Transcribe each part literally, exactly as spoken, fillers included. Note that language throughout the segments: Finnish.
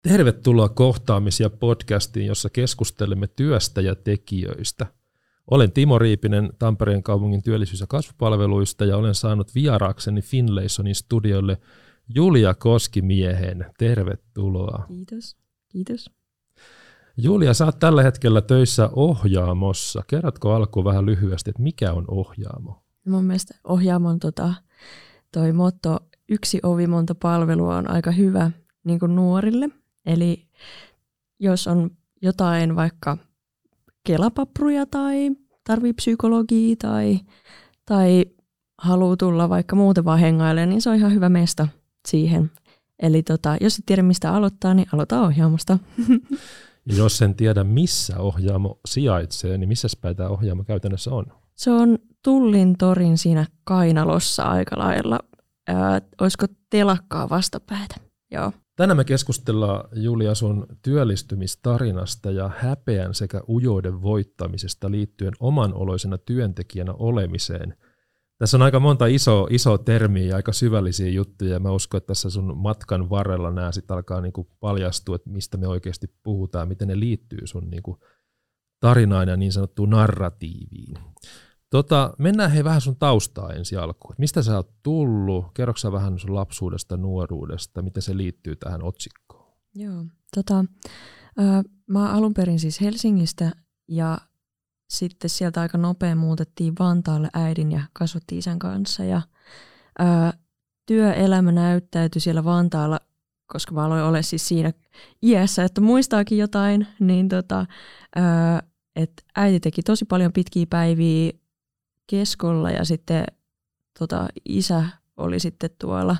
Tervetuloa Kohtaamisia podcastiin, jossa keskustelemme työstä ja tekijöistä. Olen Timo Riipinen Tampereen kaupungin työllisyys- ja kasvupalveluista ja olen saanut vieraakseni Finlaysonin studiolle Julia Koskimiehen. Tervetuloa. Kiitos. Kiitos. Julia, sä oot tällä hetkellä töissä Ohjaamossa. Kerrotko alkuun vähän lyhyesti, että mikä on Ohjaamo? Mun mielestä Ohjaamon tota, toi motto yksi ovi monta palvelua on aika hyvä niin kuin nuorille. Eli jos on jotain vaikka kelapapruja tai tarvii psykologia tai, tai haluaa tulla vaikka muuten vaan hengailemaan, niin se on ihan hyvä mesta siihen. Eli tota, jos et tiedä mistä aloittaa, niin aloita Ohjaamosta. Ja jos en tiedä missä Ohjaamo sijaitsee, niin missä päin tämä Ohjaamo käytännössä on? Se on Tullin torin siinä kainalossa aika lailla. Ää, olisiko telakkaa vastapäätä? Joo. Tänään me keskustellaan, Julia, sun työllistymistarinasta ja häpeän sekä ujouden voittamisesta liittyen omanoloisena työntekijänä olemiseen. Tässä on aika monta isoa, isoa termiä ja aika syvällisiä juttuja, ja mä uskon, että tässä sun matkan varrella nämä sitten alkaa niinku paljastua, että mistä me oikeasti puhutaan, miten ne liittyy sun niinku tarinaan ja niin sanottuun narratiiviin. Tota, mennään hei vähän sun taustaa ensi alkuun. Mistä sä oot tullut? Kerroksä vähän sun lapsuudesta, nuoruudesta, miten se liittyy tähän otsikkoon? Joo, tota, äh, mä oon alun perin siis Helsingistä ja sitten sieltä aika nopea muutettiin Vantaalle äidin ja kasvatti-isän kanssa. Ja, äh, työelämä näyttäytyi siellä Vantaalla, koska mä aloin olla siis siinä iässä, että muistaakin jotain, niin tota, äh, että äiti teki tosi paljon pitkiä päiviä keskolla ja sitten tota, isä oli sitten tuolla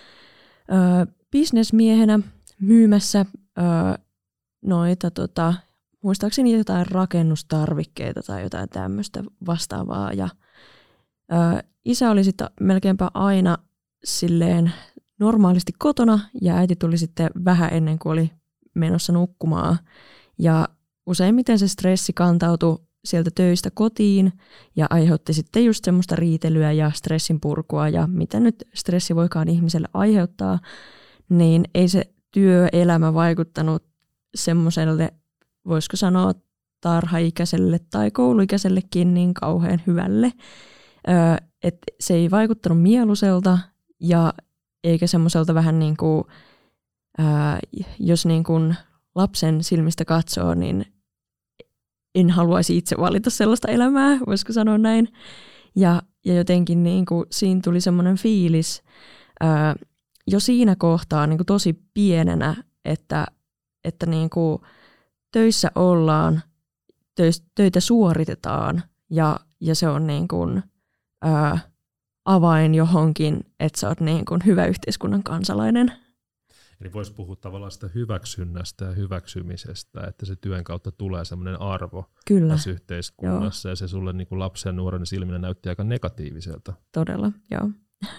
ö, bisnesmiehenä myymässä ö, noita, tota, muistaakseni jotain rakennustarvikkeita tai jotain tämmöistä vastaavaa. Ja, ö, isä oli sitten melkeinpä aina silleen normaalisti kotona ja äiti tuli sitten vähän ennen kuin oli menossa nukkumaan. Ja useimmiten se stressi kantautui sieltä töistä kotiin ja aiheutti sitten just semmoista riitelyä ja stressin purkua ja mitä nyt stressi voikaan ihmiselle aiheuttaa, niin ei se työelämä vaikuttanut semmoiselle, voisiko sanoa tarhaikäiselle tai kouluikäisellekin niin kauhean hyvälle, öö, että se ei vaikuttanut mieluiselta ja eikä semmoiselta vähän niin kuin, öö, jos niin kuin lapsen silmistä katsoo, niin en haluaisi itse valita sellaista elämää, voisiko sanoa näin. Ja, ja jotenkin niin kuin, siinä tuli semmoinen fiilis ää, jo siinä kohtaa niin kuin tosi pienenä, että, että niin kuin, töissä ollaan, töis, töitä suoritetaan ja, ja se on niin kuin, ää, avain johonkin, että sä oot niin kuin, hyvä yhteiskunnan kansalainen. Eli voisi puhua tavallaan sitä hyväksynnästä ja hyväksymisestä, että se työn kautta tulee semmoinen arvo Kyllä. tässä yhteiskunnassa. Joo. Ja se sulle niin kuin lapsen ja nuoren silminä näytti aika negatiiviselta. Todella, joo.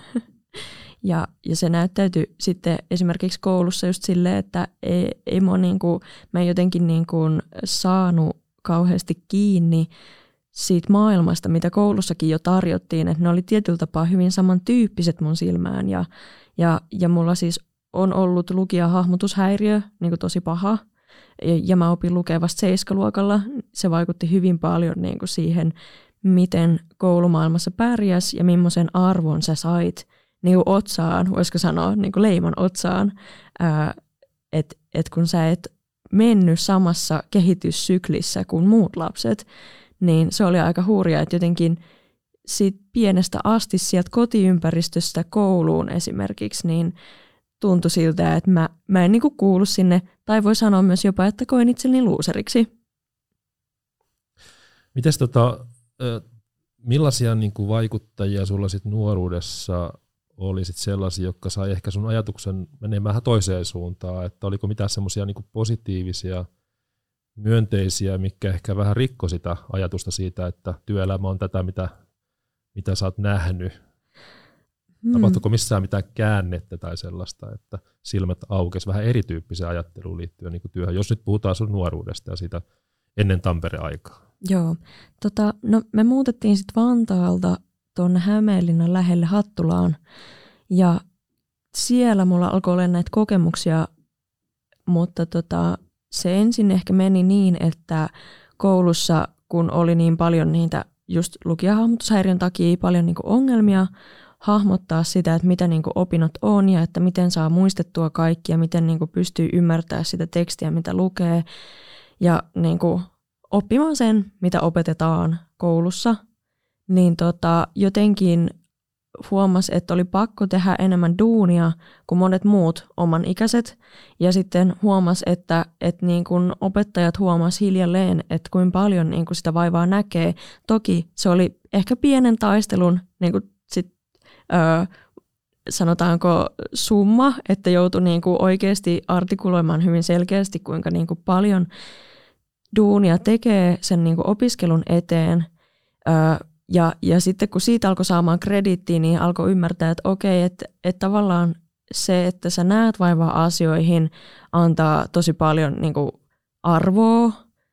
ja, ja se näyttäytyi sitten esimerkiksi koulussa just silleen, että ei, ei mua niinku, mä en jotenkin niinku saanut kauheasti kiinni siitä maailmasta, mitä koulussakin jo tarjottiin. Että ne oli tietyllä tapaa hyvin samantyyppiset mun silmään. Ja, ja, ja mulla siis on ollut lukijahahmotushäiriö, niin kuin tosi paha, ja mä opin lukea vasta seiskaluokalla. Se vaikutti hyvin paljon niin kuin siihen, miten koulumaailmassa pärjäs ja millaisen arvon sä sait niin kuin otsaan, voisiko sanoa, niin kuin leiman otsaan, että et kun sä et mennyt samassa kehityssyklissä kuin muut lapset, niin se oli aika hurjaa, että jotenkin siitä pienestä asti sieltä kotiympäristöstä kouluun esimerkiksi, niin tuntui siltä, että mä, mä en niinku kuulu sinne, tai voi sanoa myös jopa, että koin itselleni luuseriksi. Mites tota, millaisia niinku vaikuttajia sulla sit nuoruudessa oli sit sellaisia, jotka sai ehkä sun ajatuksen menemään vähän toiseen suuntaan, että oliko mitään semmoisia niinku positiivisia, myönteisiä, mitkä ehkä vähän rikko sitä ajatusta siitä, että työelämä on tätä, mitä, mitä sä oot nähnyt. Hmm. Tapahtuiko missään mitään käännettä tai sellaista, että silmät aukesi vähän erityyppiseen ajatteluun liittyen niin kuin työhön, jos nyt puhutaan sun nuoruudesta ja siitä ennen Tampere-aikaa? Joo. Tota, no me muutettiin sitten Vantaalta tuonne Hämeenlinnan lähelle Hattulaan ja siellä mulla alkoi olla näitä kokemuksia mutta tota, se ensin ehkä meni niin, että koulussa, kun oli niin paljon niitä just lukijahahmotushäiriön takia paljon niin kuin ongelmia hahmottaa sitä, että mitä niin kuin opinnot on ja että miten saa muistettua kaikki ja miten niin kuin pystyy ymmärtämään sitä tekstiä, mitä lukee ja niin kuin oppimaan sen, mitä opetetaan koulussa, niin tota, jotenkin huomasi, että oli pakko tehdä enemmän duunia kuin monet muut oman ikäiset. Ja sitten huomasi, että, että niin kuin opettajat huomasi hiljalleen, että kuinka paljon niin kuin sitä vaivaa näkee. Toki se oli ehkä pienen taistelun niin kuin sit, öö, sanotaanko summa, että joutui niin kuin oikeasti artikuloimaan hyvin selkeästi, kuinka niin kuin paljon duunia tekee sen niin kuin opiskelun eteen. Öö, Ja, ja sitten kun siitä alkoi saamaan krediittiä, niin alkoi ymmärtää, että okei, että, että tavallaan se, että sä näet vaivaa asioihin, antaa tosi paljon niin kuin arvoa.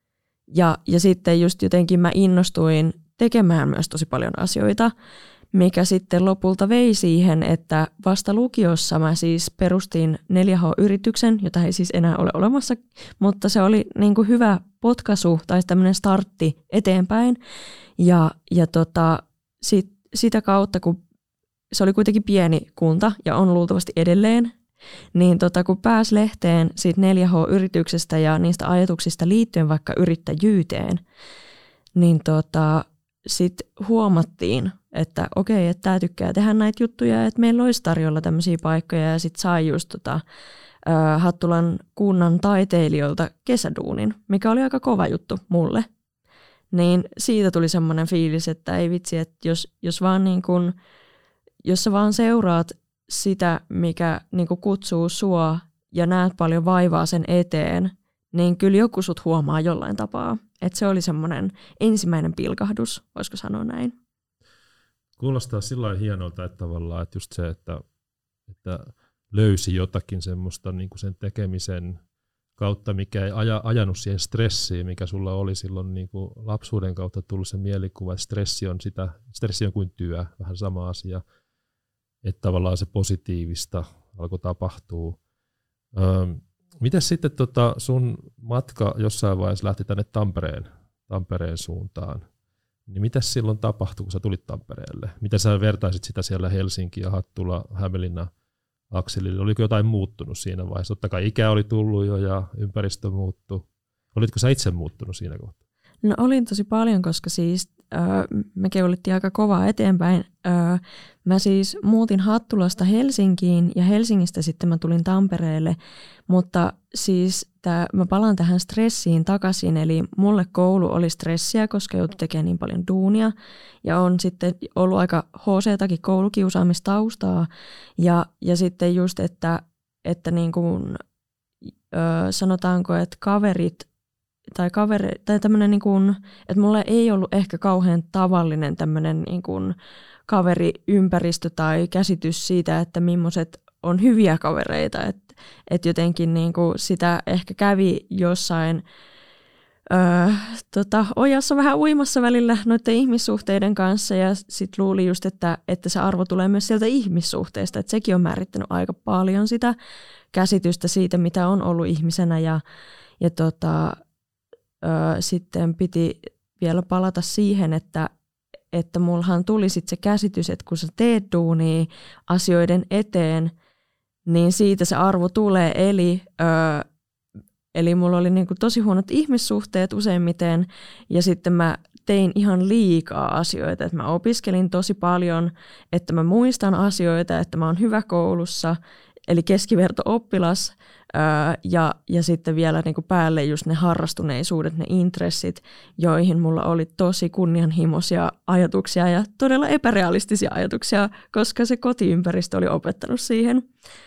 Ja, ja sitten just jotenkin mä innostuin tekemään myös tosi paljon asioita, mikä sitten lopulta vei siihen, että vasta lukiossa mä siis perustin neljä H-yrityksen, jota ei siis enää ole olemassa, mutta se oli niin kuin hyvä potkaisu tai tämmöinen startti eteenpäin. Ja, ja tota, sit, sitä kautta, kun se oli kuitenkin pieni kunta ja on luultavasti edelleen, niin tota, kun pääsi lehteen siitä neljä H-yrityksestä ja niistä ajatuksista liittyen vaikka yrittäjyyteen, niin tota, sitten huomattiin, että okei, että tämä tykkää tehdä näitä juttuja, että meillä olisi tarjolla tämmöisiä paikkoja ja sitten sai just tota, ä, Hattulan kunnan taiteilijoilta kesäduunin, mikä oli aika kova juttu mulle. Niin siitä tuli semmoinen fiilis, että ei vitsi, että jos, jos, vaan niin kun, jos sä vaan seuraat sitä, mikä niin kun kutsuu sua ja näet paljon vaivaa sen eteen, niin kyllä joku sut huomaa jollain tapaa. Että se oli semmoinen ensimmäinen pilkahdus, voisiko sanoa näin. Kuulostaa sillä lailla hienolta, että tavallaan että just se, että, että löysi jotakin semmoista niin kuin sen tekemisen kautta, mikä ei aja, ajanut siihen stressiin, mikä sulla oli silloin niin kuin lapsuuden kautta tullut se mielikuva, että stressi on, sitä, stressi on kuin työ, vähän sama asia, että tavallaan se positiivista alkoi tapahtua. Öö, miten sitten tota sun matka jossain vaiheessa lähti tänne Tampereen, Tampereen suuntaan, niin mitä silloin tapahtui, kun sä tulit Tampereelle? Miten sä vertaisit sitä siellä Helsinki ja Hattula, Hämeenlinna akselilla? Oliko jotain muuttunut siinä vaiheessa? Totta kai ikä oli tullut jo ja ympäristö muuttui. Olitko sä itse muuttunut siinä kohtaa? No olin tosi paljon, koska siis äh, me keulittiin aika kovaa eteenpäin. Äh, mä siis muutin Hattulasta Helsinkiin ja Helsingistä sitten mä tulin Tampereelle, mutta siis tää, mä palaan tähän stressiin takaisin, eli mulle koulu oli stressiä, koska joutui tekemään niin paljon duunia ja on sitten ollut aika H C-takin koulukiusaamistaustaa ja, ja sitten just, että, että niin kuin, ö, sanotaanko, että kaverit tai kaveri, tai tämmöinen niin kuin, että mulla ei ollut ehkä kauhean tavallinen tämmöinen niin kuin kaveriympäristö tai käsitys siitä, että millaiset on hyviä kavereita, että et jotenkin niin kuin sitä ehkä kävi jossain öö, tota, ojassa vähän uimassa välillä noiden ihmissuhteiden kanssa ja sitten luuli just, että, että se arvo tulee myös sieltä ihmissuhteista, että sekin on määrittänyt aika paljon sitä käsitystä siitä, mitä on ollut ihmisenä ja, ja tota, öö, sitten piti vielä palata siihen, että että mullahan tuli sitten se käsitys, että kun sä teet duunia asioiden eteen, niin siitä se arvo tulee. Eli, öö, eli mulla oli niinku tosi huonot ihmissuhteet useimmiten ja sitten mä tein ihan liikaa asioita. Että mä opiskelin tosi paljon, että mä muistan asioita, että mä oon hyvä koulussa, eli keskiverto-oppilas. Öö, ja, ja sitten vielä niinku päälle just ne harrastuneisuudet, ne intressit, joihin mulla oli tosi kunnianhimoisia ajatuksia ja todella epärealistisia ajatuksia, koska se kotiympäristö oli opettanut siihen.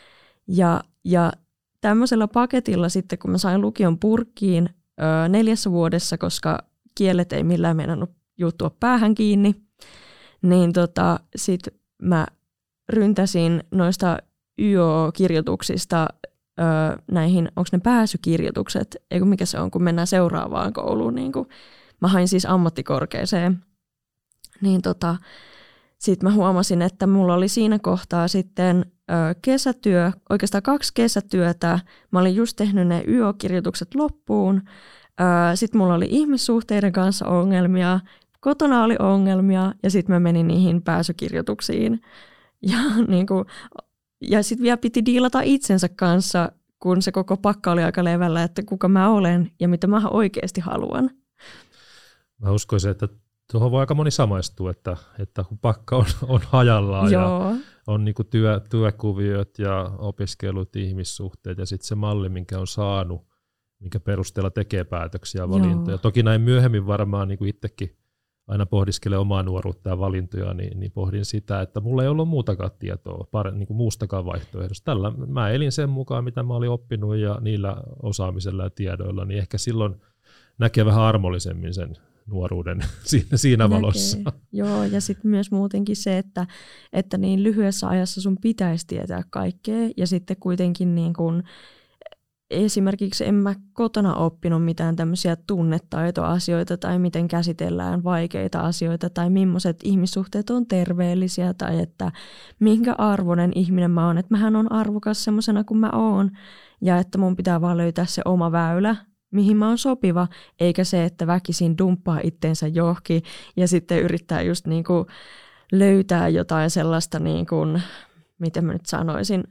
Ja, ja tämmöisellä paketilla sitten, kun mä sain lukion purkkiin öö, neljässä vuodessa, koska kielet ei millään meinannut juuttua päähän kiinni, niin tota, sit mä ryntäsin noista Y O-kirjoituksista öö, näihin, onko ne pääsykirjoitukset, eikö mikä se on, kun mennään seuraavaan kouluun, niin kun mä hain siis ammattikorkeeseen, niin tota, sit mä huomasin, että mulla oli siinä kohtaa sitten kesätyö, oikeastaan kaksi kesätyötä. Mä olin just tehnyt ne Y O-kirjoitukset loppuun. Sitten mulla oli ihmissuhteiden kanssa ongelmia, kotona oli ongelmia ja sitten mä menin niihin pääsykirjoituksiin. Ja, niin kuin, ja sitten vielä piti diilata itsensä kanssa, kun se koko pakka oli aika levällä, että kuka mä olen ja mitä mä oikeasti haluan. Mä uskoisin, että tuohon voi aika moni samaistua, että, että kun pakka on, on hajallaan Joo. ja on niinku työ, työkuviot ja opiskelut, ihmissuhteet ja sitten se malli, minkä on saanut, minkä perusteella tekee päätöksiä ja valintoja. Joo. Toki näin myöhemmin varmaan niin kuin itsekin aina pohdiskelen omaa nuoruutta ja valintoja, niin, niin pohdin sitä, että mulla ei ollut muutakaan tietoa, pare, niin kuin muustakaan vaihtoehdosta. Tällä mä elin sen mukaan, mitä mä olin oppinut ja niillä osaamisella ja tiedoilla, niin ehkä silloin näkee vähän armollisemmin sen nuoruuden siinä, siinä valossa. Joo, ja sitten myös muutenkin se, että, että niin lyhyessä ajassa sun pitäisi tietää kaikkea, ja sitten kuitenkin niin kun, esimerkiksi en mä kotona oppinut mitään tämmöisiä tunnetaitoasioita tai miten käsitellään vaikeita asioita tai millaiset ihmissuhteet on terveellisiä tai että minkä arvoinen ihminen mä oon. Että mähän on arvokas semmoisena kuin mä oon ja että mun pitää vaan löytää se oma väylä, mihin mä oon sopiva, eikä se, että väkisin dumppaa itteensä johonkin ja sitten yrittää just niinku löytää jotain sellaista, niinku, miten mä nyt sanoisin,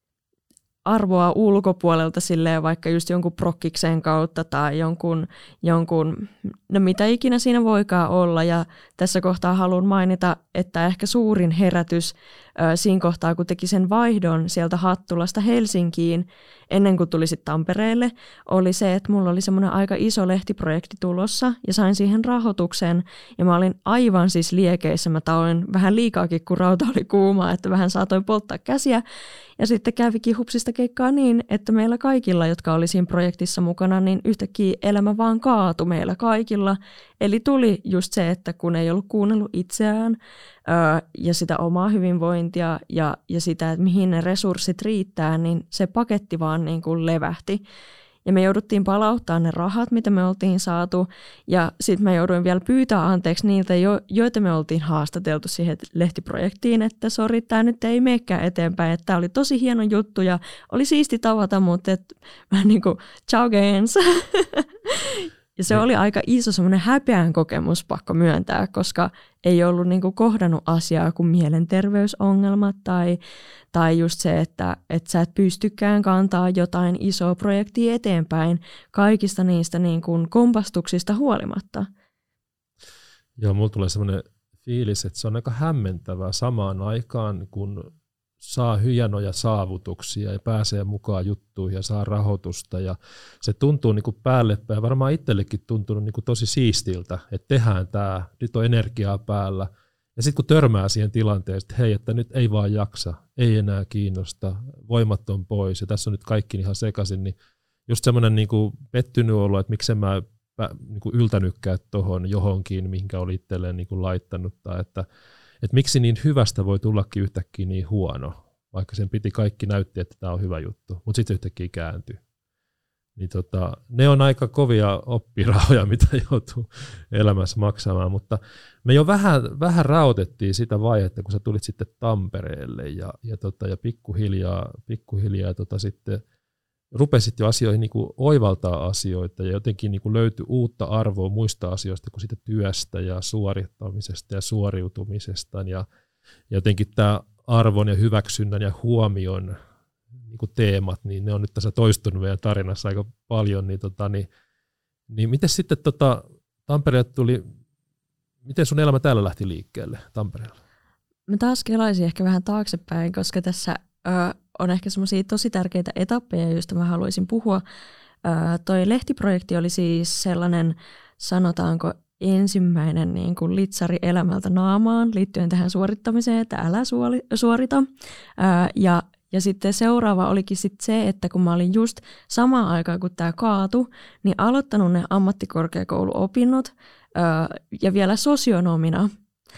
arvoa ulkopuolelta silleen vaikka just jonkun prokkikseen kautta tai jonkun, jonkun, no mitä ikinä siinä voikaan olla. Ja tässä kohtaa haluan mainita, että ehkä suurin herätys ö, siinä kohtaa, kun teki sen vaihdon sieltä Hattulasta Helsinkiin ennen kuin tuli sitten Tampereelle, oli se, että mulla oli semmoinen aika iso lehtiprojekti tulossa ja sain siihen rahoituksen ja mä olin aivan siis liekeissä. Mä taoin vähän liikaakin, kun rauta oli kuumaa, että vähän saatoin polttaa käsiä. Ja sitten kävikin hupsista keikkaa niin, että meillä kaikilla, jotka oli siinä projektissa mukana, niin yhtäkkiä elämä vaan kaatui meillä kaikilla. Eli tuli just se, että kun ei ollut kuunnellut itseään öö, ja sitä omaa hyvinvointia ja, ja sitä, että mihin ne resurssit riittää, niin se paketti vaan niin kuin levähti. Ja me jouduttiin palauttaa ne rahat, mitä me oltiin saatu. Ja sitten mä jouduin vielä pyytää anteeksi niiltä, jo, joita me oltiin haastateltu siihen lehtiprojektiin, että sori, tämä nyt ei menekään eteenpäin. Että tämä oli tosi hieno juttu ja oli siisti tavata, mutta et, vähän niin kuin ciao gains. Ja se oli aika iso semmoinen häpeän kokemus, pakko myöntää, koska ei ollut niinku kohdannut asiaa kuin mielenterveysongelmat tai, tai just se, että et sä et pystykään kantaa jotain isoa projektia eteenpäin kaikista niistä niinku kompastuksista huolimatta. Joo, mulla tulee semmoinen fiilis, että se on aika hämmentävää samaan aikaan, kun saa hienoja saavutuksia ja pääsee mukaan juttuihin ja saa rahoitusta ja se tuntuu niin kuin päällepäin. Varmaan itsellekin tuntunut niin kuin tosi siistiltä, että tehdään tämä, nyt on energiaa päällä. Ja sitten kun törmää siihen tilanteeseen, että hei, että nyt ei vaan jaksa, ei enää kiinnosta, voimat on pois ja tässä on nyt kaikki ihan sekaisin, niin just semmoinen niin kuin pettynyt olo, että miksen mä niin kuin yltänytkään tuohon johonkin, mihinkä oli itselleen niin kuin laittanut tai että että miksi niin hyvästä voi tullakin yhtäkkiä niin huono, vaikka sen piti kaikki näytti, että tämä on hyvä juttu, mutta sitten yhtäkkiä kääntyy. Niin tota, ne on aika kovia oppirahoja, mitä joutuu elämässä maksamaan, mutta me jo vähän, vähän rautettiin sitä vaihetta, kun sä tulit sitten Tampereelle ja, ja, tota, ja pikkuhiljaa, pikkuhiljaa tota, sitten rupesit jo asioihin niin kuin oivaltaa asioita ja jotenkin niin kuin löytyi uutta arvoa muista asioista kuin siitä työstä ja suorittamisesta ja suoriutumisesta. Ja jotenkin tämä arvon ja hyväksynnän ja huomion niin kuin teemat, niin ne on nyt tässä toistunut meidän tarinassa aika paljon. Niin, tota, niin, niin miten sitten tota, Tampereelle tuli, miten sun elämä täällä lähti liikkeelle Tampereella? Mä taas kelaisin ehkä vähän taaksepäin, koska tässä ö, on ehkä semmoisia tosi tärkeitä etappeja, joista mä haluaisin puhua. Ö, toi lehtiprojekti oli siis sellainen, sanotaanko, ensimmäinen niin kuin litsari elämältä naamaan liittyen tähän suorittamiseen, että älä suoli, suorita. Ö, ja, ja sitten seuraava olikin sit se, että kun mä olin just samaan aikaan, kun tämä kaatui, niin aloittanut ne ammattikorkeakouluopinnot ö, ja vielä sosionomina.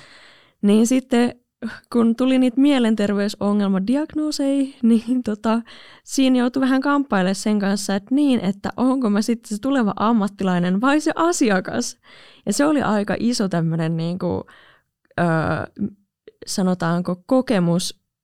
Niin sitten kun tuli niitä mielenterveysongelmadiagnooseja, niin tota, siinä joutui vähän kamppailemaan sen kanssa, että niin, että onko mä sitten se tuleva ammattilainen vai se asiakas. Ja se oli aika iso tämmöinen, niin kuin, öö, sanotaanko, kokemus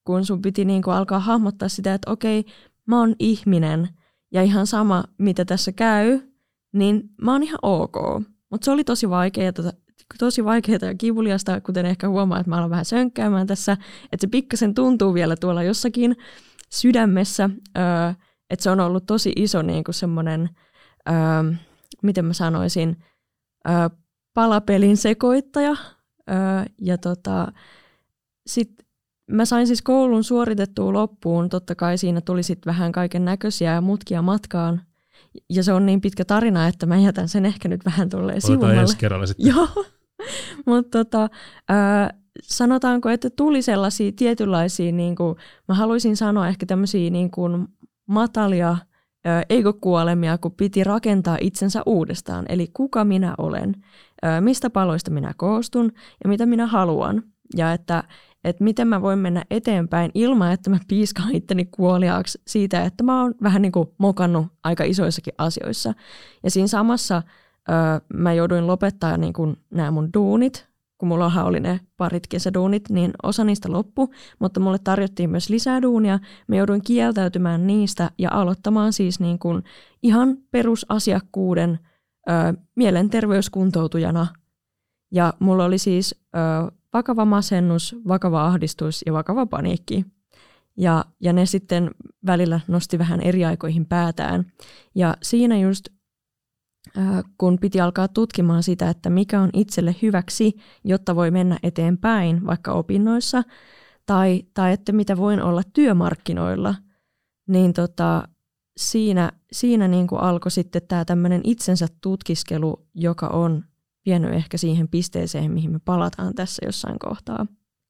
kun sun piti niin kuin alkaa hahmottaa sitä, että okei, mä oon ihminen ja ihan sama, mitä tässä käy, niin mä oon ihan ok. Mutta se oli tosi vaikeaa, tosi vaikeaa ja kivuliasta, kuten ehkä huomaa, että mä alan vähän sönkkäämään tässä, että se pikkasen tuntuu vielä tuolla jossakin sydämessä, öö, että se on ollut tosi iso niin kuin semmoinen, öö, miten mä sanoisin, öö, palapelin sekoittaja. Öö, ja tota, sitten mä sain siis koulun suoritettua loppuun, totta kai siinä tuli sitten vähän kaiken näköisiä mutkia matkaan. Ja se on niin pitkä tarina, että mä jätän sen ehkä nyt vähän tolleen sivummalle. Otetaan ensi kerralla sitten. Joo, mutta tota, äh, sanotaanko, että tuli sellaisia tietynlaisia, niin kuin, mä haluaisin sanoa ehkä tämmöisiä niin kuin matalia äh, egokuolemia, kun piti rakentaa itsensä uudestaan. Eli kuka minä olen, äh, mistä paloista minä koostun ja mitä minä haluan. Ja että että miten mä voin mennä eteenpäin ilman, että mä piiskaan itteni kuoliaaksi siitä, että mä oon vähän niin kuin mokannut aika isoissakin asioissa. Ja siinä samassa öö, mä jouduin lopettaa niin kuin nämä mun duunit, kun mullahan oli ne parit kesäduunit, niin osa niistä loppui, mutta mulle tarjottiin myös lisää duunia. Mä jouduin kieltäytymään niistä ja aloittamaan siis niin kuin ihan perusasiakkuuden öö, mielenterveyskuntoutujana. Ja mulla oli siis öö, vakava masennus, vakava ahdistus ja vakava paniikki. Ja, ja ne sitten välillä nosti vähän eri aikoihin päätään. Ja siinä just, äh, kun piti alkaa tutkimaan sitä, että mikä on itselle hyväksi, jotta voi mennä eteenpäin vaikka opinnoissa, tai, tai että mitä voin olla työmarkkinoilla, niin tota, siinä, siinä niin kuin alkoi sitten tämä tämmöinen itsensä tutkiskelu, joka on vienyt ehkä siihen pisteeseen, mihin me palataan tässä jossain kohtaa.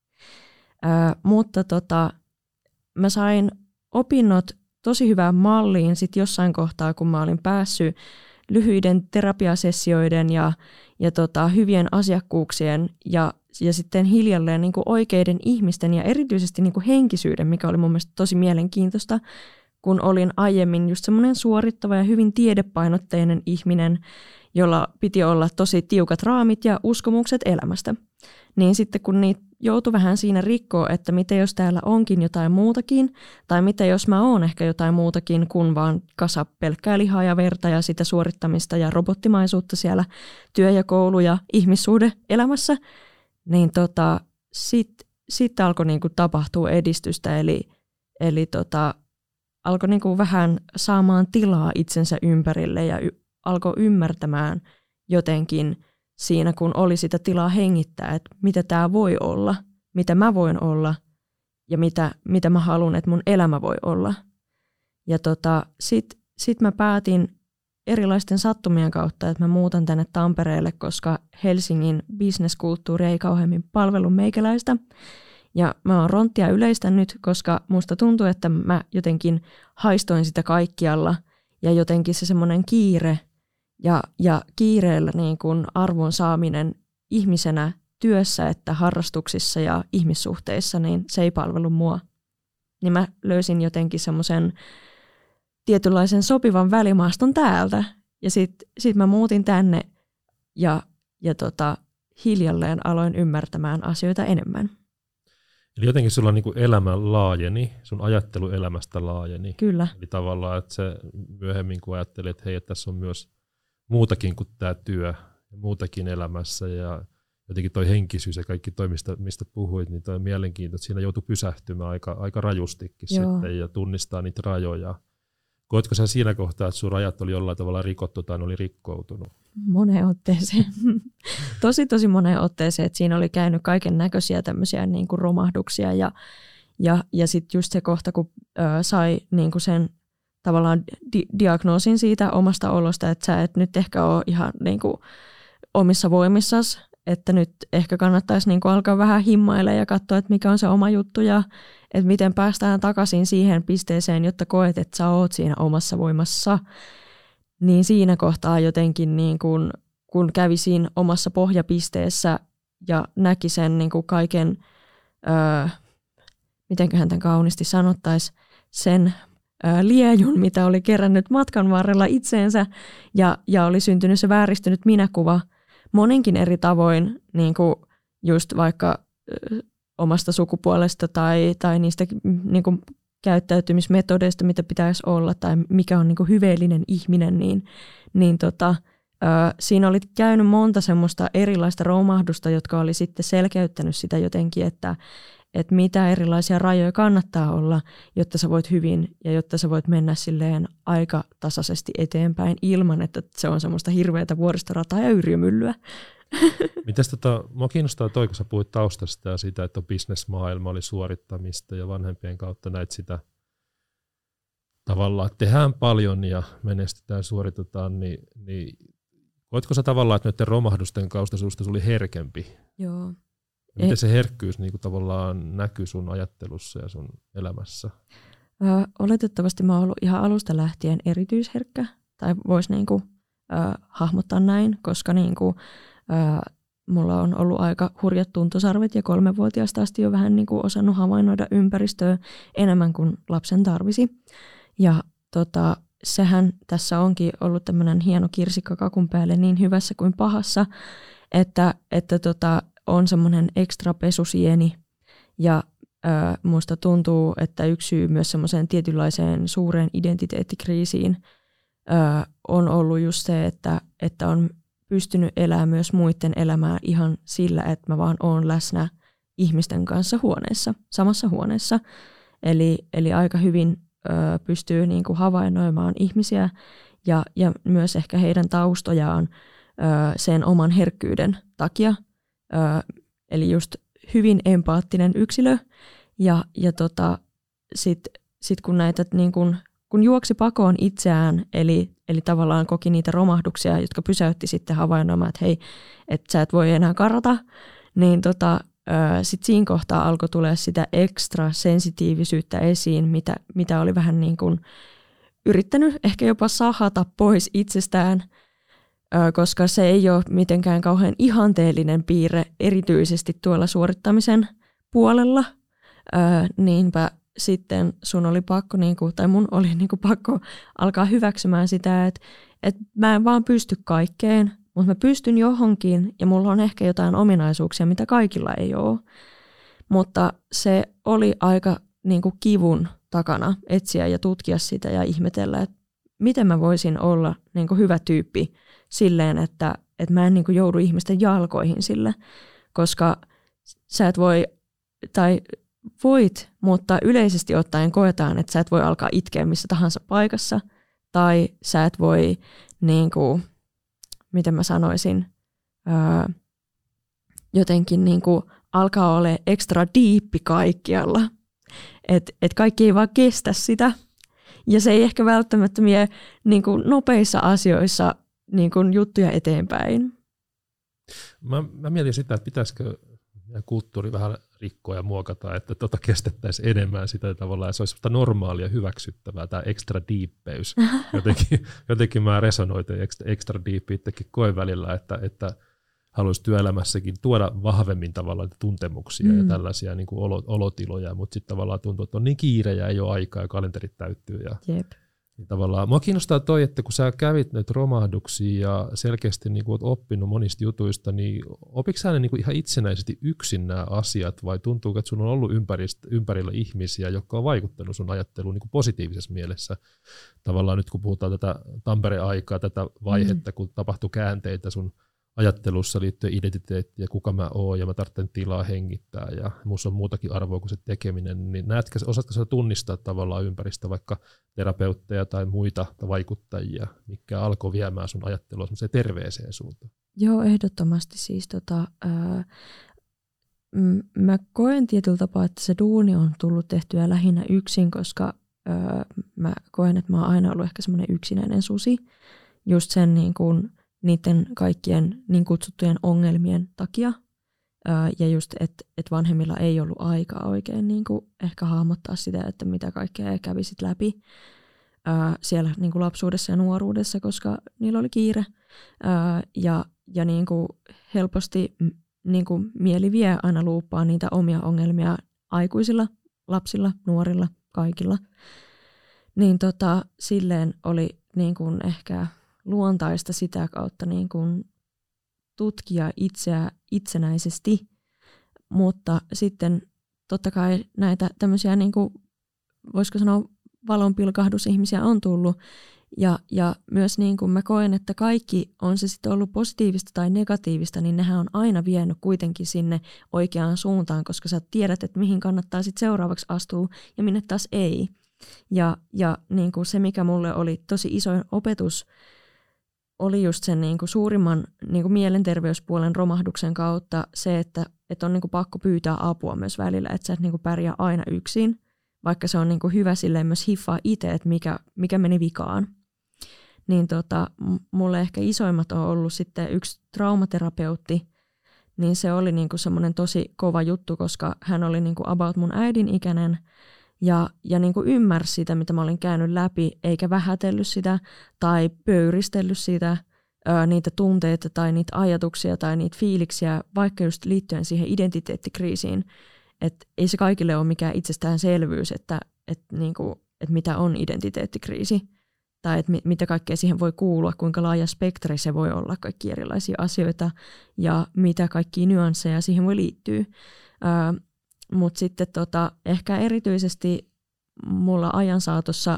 Ää, mutta tota, mä sain opinnot tosi hyvään malliin sit jossain kohtaa, kun mä olin päässyt lyhyiden terapiasessioiden ja, ja tota, hyvien asiakkuuksien ja, ja sitten hiljalleen niin kuin oikeiden ihmisten ja erityisesti niin kuin henkisyyden, mikä oli mun mielestä tosi mielenkiintoista, kun olin aiemmin just semmoinen suorittava ja hyvin tiedepainotteinen ihminen, jolla piti olla tosi tiukat raamit ja uskomukset elämästä. Niin sitten kun niitä joutui vähän siinä rikkoa, että mitä jos täällä onkin jotain muutakin, tai mitä jos mä oon ehkä jotain muutakin kuin vaan kasa pelkkää lihaa ja verta ja sitä suorittamista ja robottimaisuutta siellä työ- ja koulu- ja ihmissuhde-elämässä, niin tota, sitten sit alkoi niinku tapahtua edistystä, eli, eli tota, alkoi niinku vähän saamaan tilaa itsensä ympärille ja y- alkoi ymmärtämään jotenkin siinä, kun oli sitä tilaa hengittää, että mitä tämä voi olla, mitä mä voin olla ja mitä, mitä mä haluan, että mun elämä voi olla. Ja tota, sit, sit mä päätin erilaisten sattumien kautta, että mä muutan tänne Tampereelle, koska Helsingin bisneskulttuuri ei kauheammin palvelu meikäläistä. Ja mä oon ronttia yleistänyt, koska musta tuntuu, että mä jotenkin haistoin sitä kaikkialla ja jotenkin se semmoinen kiire ja, ja kiireellä niin kuin arvon saaminen ihmisenä työssä että harrastuksissa ja ihmissuhteissa, niin se ei palvelu mua. Niin mä löysin jotenkin semmoisen tietynlaisen sopivan välimaaston täältä ja sit, sit mä muutin tänne ja, ja tota, hiljalleen aloin ymmärtämään asioita enemmän. Eli jotenkin sulla niin kuin elämä laajeni, sun ajattelu elämästä laajeni. Kyllä. Eli tavallaan, että se myöhemmin kun ajattelet, että hei, että tässä on myös muutakin kuin tämä työ ja muutakin elämässä ja jotenkin toi henkisyys ja kaikki toi, mistä, mistä puhuit, niin toi on mielenkiintoista, että siinä joutui pysähtymään aika, aika rajustikin Joo. sitten ja tunnistaa niitä rajoja. Koetko sä siinä kohtaa, että sun rajat oli jollain tavalla rikottu tai ne oli rikkoutunut? Moneen otteeseen. tosi tosi moneen otteeseen, että siinä oli käynyt kaiken näköisiä tämmöisiä niin kuin romahduksia ja, ja, ja sitten just se kohta, kun ö, sai niin kuin sen tavallaan di- diagnoosin siitä omasta olosta, että sä et nyt ehkä ole ihan niin kuin omissa voimissasi, että nyt ehkä kannattaisi niin kuin alkaa vähän himmailemaan ja katsoa, että mikä on se oma juttu ja että miten päästään takaisin siihen pisteeseen, jotta koet, että sä oot siinä omassa voimassa. Niin siinä kohtaa jotenkin, niin kun, kun kävi siinä omassa pohjapisteessä ja näki sen niin kuin kaiken, öö, mitenköhän tämän kauniisti sanottaisi, sen öö, liejun, mitä oli kerännyt matkan varrella itseensä ja, ja oli syntynyt se vääristynyt minäkuva moninkin eri tavoin, niin kuin just vaikka omasta sukupuolesta tai, tai niistä niin kuin käyttäytymismetodeista, mitä pitäisi olla, tai mikä on niin kuin hyveellinen ihminen, niin, niin tota, ö, siinä oli käynyt monta semmoista erilaista romahdusta, jotka oli sitten selkeyttänyt sitä jotenkin, että, että mitä erilaisia rajoja kannattaa olla, jotta sä voit hyvin ja jotta sä voit mennä silleen aika tasaisesti eteenpäin ilman, että se on semmoista hirveätä vuoristorataa ja yrjömyllyä. Mitäs tota, mua kiinnostaa toi, kun sä puhuit taustasta ja siitä, että businessmaailma oli suorittamista ja vanhempien kautta näit sitä tavallaan, että tehdään paljon ja menestytään, suoritetaan, niin, niin voitko sä tavallaan, että noiden romahdusten kautta susta tuli herkempi? Joo. Miten eh. se herkkyys niin kuin tavallaan näkyy sun ajattelussa ja sun elämässä? Ö, oletettavasti mä oon ollut ihan alusta lähtien erityisherkkä, tai voisi niin kuin, ö, hahmottaa näin, koska niin kuin, ö, mulla on ollut aika hurjat tuntosarvet ja kolmevuotiaasta asti jo vähän niin kuin osannut havainnoida ympäristöä enemmän kuin lapsen tarvisi. Ja tota, sehän tässä onkin ollut tämmöinen hieno kirsikka kakun päälle niin hyvässä kuin pahassa, että, että tota, on semmoinen ekstra pesusieni ja ö, musta tuntuu, että yksi syy myös semmoiseen tietynlaiseen suureen identiteettikriisiin ö, on ollut just se, että, että on pystynyt elämään myös muiden elämää ihan sillä, että mä vaan oon läsnä ihmisten kanssa huoneessa, samassa huoneessa. Eli, eli aika hyvin ö, pystyy niinku havainnoimaan ihmisiä ja, ja myös ehkä heidän taustojaan ö, sen oman herkkyyden takia. Ö, eli just hyvin empaattinen yksilö. Ja, ja tota, sitten sit kun näitä niin kun, kun juoksi pakoon itseään, eli, eli tavallaan koki niitä romahduksia, jotka pysäytti sitten havainnoimaan, että hei, että sä et voi enää karata, niin tota, sitten siinä kohtaa alkoi tulla sitä ekstra sensitiivisyyttä esiin, mitä, mitä oli vähän niin kuin yrittänyt ehkä jopa sahata pois itsestään, koska se ei ole mitenkään kauhean ihanteellinen piirre, erityisesti tuolla suorittamisen puolella. Niinpä sitten sun oli pakko, niinku, tai mun oli niinku pakko alkaa hyväksymään sitä, että, että mä en vaan pysty kaikkeen, mutta mä pystyn johonkin ja mulla on ehkä jotain ominaisuuksia, mitä kaikilla ei ole. Mutta se oli aika niinku kivun takana etsiä ja tutkia sitä ja ihmetellä, että miten mä voisin olla niinku hyvä tyyppi silleen, että, että mä en niinku joudu ihmisten jalkoihin sille, koska sä et voi, tai voit, mutta yleisesti ottaen koetaan, että sä et voi alkaa itkeä missä tahansa paikassa, tai sä et voi, niin kuin, miten mä sanoisin, ää, jotenkin niin kuin alkaa olla ekstra diippi kaikkialla. Että et kaikki ei vaan kestä sitä, ja se ei ehkä välttämättä vie niin kuin nopeissa asioissa niin kuin juttuja eteenpäin. Mä, mä mietin sitä, että pitäisikö kulttuuri vähän rikkoa ja muokata, että tota kestettäisiin enemmän sitä tavallaan, ja se olisi normaalia hyväksyttävää, tämä extra deeppeys. Jotenkin, jotenkin mä resonoitin extra, extra deep itsekin koen välillä, että, että haluaisi työelämässäkin tuoda vahvemmin tavallaan tuntemuksia mm. ja tällaisia niin kuin olotiloja, mutta sitten tavallaan tuntuu, että on niin kiire ja ei ole aikaa ja kalenterit täyttyy. Ja Jep. Niin tavallaan, mua kiinnostaa toi, että kun sä kävit näitä romahduksia ja selkeästi niin oot oppinut monista jutuista, niin opitko sä ne niin ihan itsenäisesti yksin nämä asiat vai tuntuuko, että sun on ollut ympärillä ihmisiä, jotka on vaikuttanut sun ajatteluun niin positiivisessa mielessä? Tavallaan nyt kun puhutaan tätä Tampere-aikaa, tätä vaihetta, mm. kun tapahtui käänteitä sun ajattelussa liittyen identiteettiin ja kuka mä oon ja mä tarvitsen tilaa hengittää ja musta on muutakin arvoa kuin se tekeminen, niin näetkö, osaatko sä tunnistaa tavallaan ympäristä vaikka terapeutteja tai muita vaikuttajia, mikä alkoi viemään sun ajattelua semmoiseen terveeseen suuntaan? Joo, ehdottomasti siis tota, ää, m- mä koen tietyllä tapaa, että se duuni on tullut tehtyä lähinnä yksin, koska ää, mä koen, että mä oon aina ollut ehkä semmoinen yksinäinen susi, just sen niin kuin niiden kaikkien niin kutsuttujen ongelmien takia. Ää, ja just, että et vanhemmilla ei ollut aikaa oikein niin kuin ehkä hahmottaa sitä, että mitä kaikkea kävisit läpi ää, siellä niin kuin lapsuudessa ja nuoruudessa, koska niillä oli kiire. Ää, ja ja niin kuin helposti niin kuin mieli vie aina luuppaa niitä omia ongelmia aikuisilla, lapsilla, nuorilla, kaikilla. Niin tota, silleen oli niin kuin ehkä luontaista sitä kautta niin kuin tutkia itseä itsenäisesti, mutta sitten totta kai näitä tämmöisiä, niin kuin, voisiko sanoa, valonpilkahdusihmisiä on tullut. Ja, ja myös niin kuin mä koen, että kaikki, on se sitten ollut positiivista tai negatiivista, niin nehän on aina vienyt kuitenkin sinne oikeaan suuntaan, koska sä tiedät, että mihin kannattaa sitten seuraavaksi astua ja minne taas ei. Ja, ja niin kuin se, mikä mulle oli tosi iso opetus, oli just sen niin kuin suurimman niin kuin mielenterveyspuolen romahduksen kautta se, että, että on niin kuin pakko pyytää apua myös välillä, että sä et niin kuin pärjää aina yksin, vaikka se on niin kuin hyvä silleen myös hiffaa itse, että mikä, mikä meni vikaan. Niin tota, mulle ehkä isoimmat on ollut sitten yksi traumaterapeutti, niin se oli niin kuin semmoinen tosi kova juttu, koska hän oli niin kuin about mun äidin ikäinen, Ja, ja niin kuin ymmärsi sitä, mitä mä olin käynyt läpi, eikä vähätellyt sitä tai pöyristellyt sitä, ää, niitä tunteita tai niitä ajatuksia tai niitä fiiliksiä, vaikka just liittyen siihen identiteettikriisiin. Että ei se kaikille ole mikään itsestäänselvyys, että, että, niin kuin, että mitä on identiteettikriisi tai että mitä kaikkea siihen voi kuulua, kuinka laaja spektri se voi olla, kaikki erilaisia asioita ja mitä kaikkia nyansseja siihen voi liittyä. Ää, Mutta sitten tota, ehkä erityisesti mulla ajan saatossa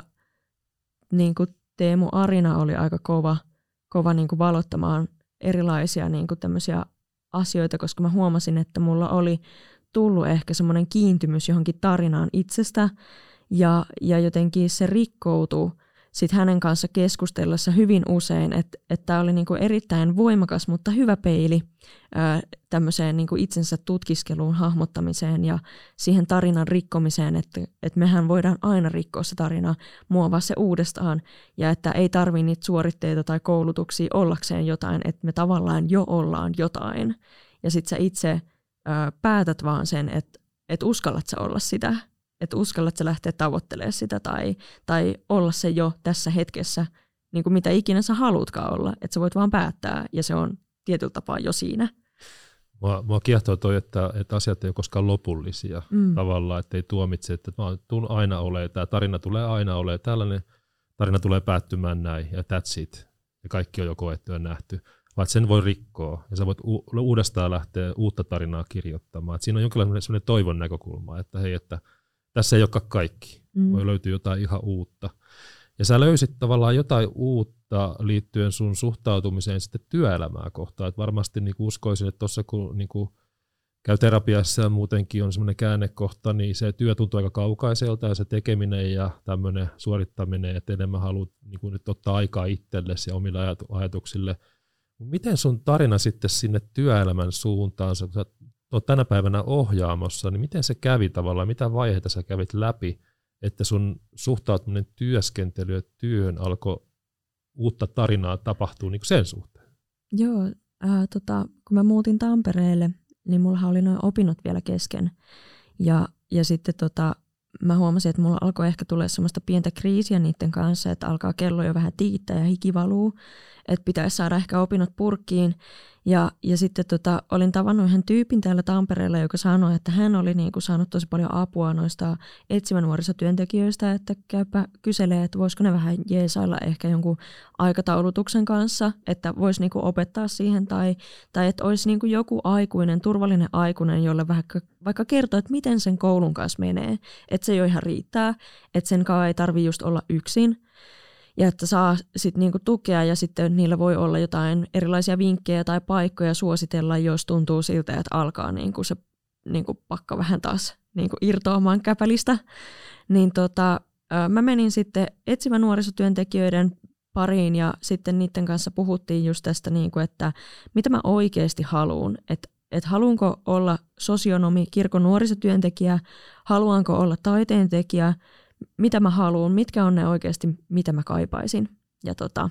niin kuin Teemu Arina oli aika kova, kova niin kuin valottamaan erilaisia niin kuin tämmöisiä asioita, koska mä huomasin, että mulla oli tullut ehkä semmoinen kiintymys johonkin tarinaan itsestä ja, ja jotenkin se rikkoutui sitten hänen kanssa keskustellessa hyvin usein, että et tämä oli niinku erittäin voimakas, mutta hyvä peili ää, tämmöiseen niinku itsensä tutkiskeluun, hahmottamiseen ja siihen tarinan rikkomiseen, että et mehän voidaan aina rikkoa se tarina, muovaa se uudestaan ja että ei tarvitse niitä suoritteita tai koulutuksia ollakseen jotain, että me tavallaan jo ollaan jotain. Ja sitten sä itse ää, päätät vaan sen, että et uskallat sä olla sitä. Että uskallat sä lähteä tavoittelemaan sitä tai, tai olla se jo tässä hetkessä, niin kuin mitä ikinä sä haluutkaan olla. Että sä voit vaan päättää ja se on tietyllä tapaa jo siinä. Mua, mua kiehtoo toi, että, että asiat ei ole koskaan lopullisia mm. tavallaan, että ei tuomitse, että tuun aina ole, tämä tarina tulee aina ole, tällainen tarina tulee päättymään näin ja that's it. Ja kaikki on jo koettu ja nähty. Vaan sen voi rikkoa ja sä voit u- uudestaan lähteä uutta tarinaa kirjoittamaan. Et siinä on jonkinlainen sellainen toivon näkökulma, että hei, että tässä ei olekaan kaikki. Mm. Voi löytyä jotain ihan uutta. Ja sä löysit tavallaan jotain uutta liittyen sun suhtautumiseen sitten työelämää kohtaan. Et varmasti niinku uskoisin, että tuossa kun niinku käy terapiassa ja muutenkin on semmoinen käännekohta, niin se työ tuntuu aika kaukaiselta ja se tekeminen ja tämmöinen suorittaminen, että enemmän haluat niinku nyt ottaa aikaa itsellesi ja omille ajatuksille. Miten sun tarina sitten sinne työelämän suuntaan, sä oot tänä päivänä ohjaamossa, niin miten se kävi tavallaan, mitä vaiheita sä kävit läpi, että sun suhtautuminen työskentely ja työhön alkoi uutta tarinaa tapahtua niin kuin sen suhteen? Joo, äh, tota, kun mä muutin Tampereelle, niin mullahan oli noin opinnot vielä kesken. Ja, ja sitten tota, mä huomasin, että mulla alkoi ehkä tulla semmoista pientä kriisiä niiden kanssa, että alkaa kello jo vähän tiittää ja hiki valuu, että pitäisi saada ehkä opinnot purkkiin. Ja, ja sitten tota, olin tavannut yhden tyypin täällä Tampereella, joka sanoi, että hän oli niinku saanut tosi paljon apua noista etsivän nuorisotyöntekijöistä, että käypä kyselee, että voisiko ne vähän jeesailla ehkä jonkun aikataulutuksen kanssa, että voisi niinku opettaa siihen tai, tai että olisi niinku joku aikuinen, turvallinen aikuinen, jolle vaikka, vaikka kertoo, että miten sen koulun kanssa menee, että se jo ihan riittää, että sen kanssa ei tarvitse just olla yksin. Ja että saa sitten niinku tukea ja sitten niillä voi olla jotain erilaisia vinkkejä tai paikkoja suositella, jos tuntuu siltä, että alkaa niinku se niinku pakka vähän taas niinku irtoamaan käpälistä. Niin tota, mä menin sitten etsivän nuorisotyöntekijöiden pariin ja sitten niiden kanssa puhuttiin just tästä, niinku, että mitä mä oikeasti haluan. Että et haluanko olla sosionomi, kirkon nuorisotyöntekijä, haluanko olla taiteentekijä, mitä mä haluan, mitkä on ne oikeasti, mitä mä kaipaisin. Ja tota,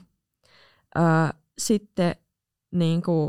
ää, sitten niin kuin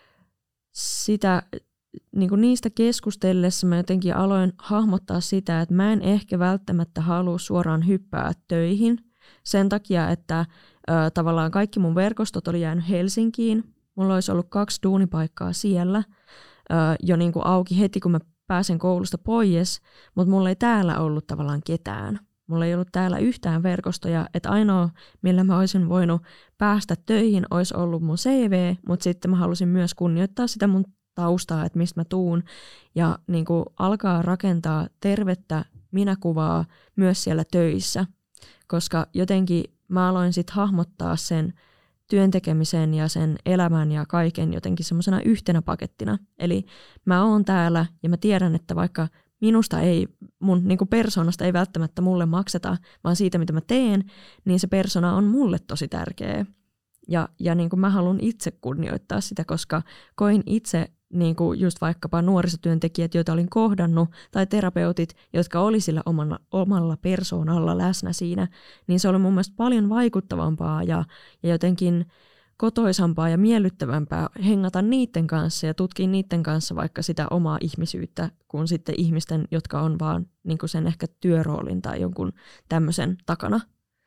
sitä, niin kuin niistä keskustellessa mä jotenkin aloin hahmottaa sitä, että mä en ehkä välttämättä halua suoraan hyppää töihin sen takia, että ää, tavallaan kaikki mun verkostot oli jäänyt Helsinkiin. Mulla olisi ollut kaksi duunipaikkaa siellä ää, jo niin kuin auki heti, kun mä pääsen koulusta pois, mutta mulla ei täällä ollut tavallaan ketään. Mulla ei ollut täällä yhtään verkostoja, että ainoa, millä mä olisin voinut päästä töihin, olisi ollut mun C V, mutta sitten mä halusin myös kunnioittaa sitä mun taustaa, että mistä mä tuun, ja niin kuin alkaa rakentaa tervettä minäkuvaa myös siellä töissä, koska jotenkin mä aloin sitten hahmottaa sen työntekemisen ja sen elämän ja kaiken jotenkin semmoisena yhtenä pakettina. Eli mä oon täällä ja mä tiedän, että vaikka minusta ei, mun niin kuin persoonasta ei välttämättä mulle makseta, vaan siitä, mitä mä teen, niin se persona on mulle tosi tärkeä. Ja, ja niin kuin mä haluan itse kunnioittaa sitä, koska koin itse niin kuin just vaikkapa nuorisotyöntekijät, joita olin kohdannut, tai terapeutit, jotka oli sillä omalla, omalla persoonalla läsnä siinä, niin se oli mun mielestä paljon vaikuttavampaa ja, ja jotenkin kotoisampaa ja miellyttävämpää hengata niiden kanssa ja tutkia niiden kanssa vaikka sitä omaa ihmisyyttä, kuin sitten ihmisten, jotka on vaan niin kuin sen ehkä työroolin tai jonkun tämmöisen takana.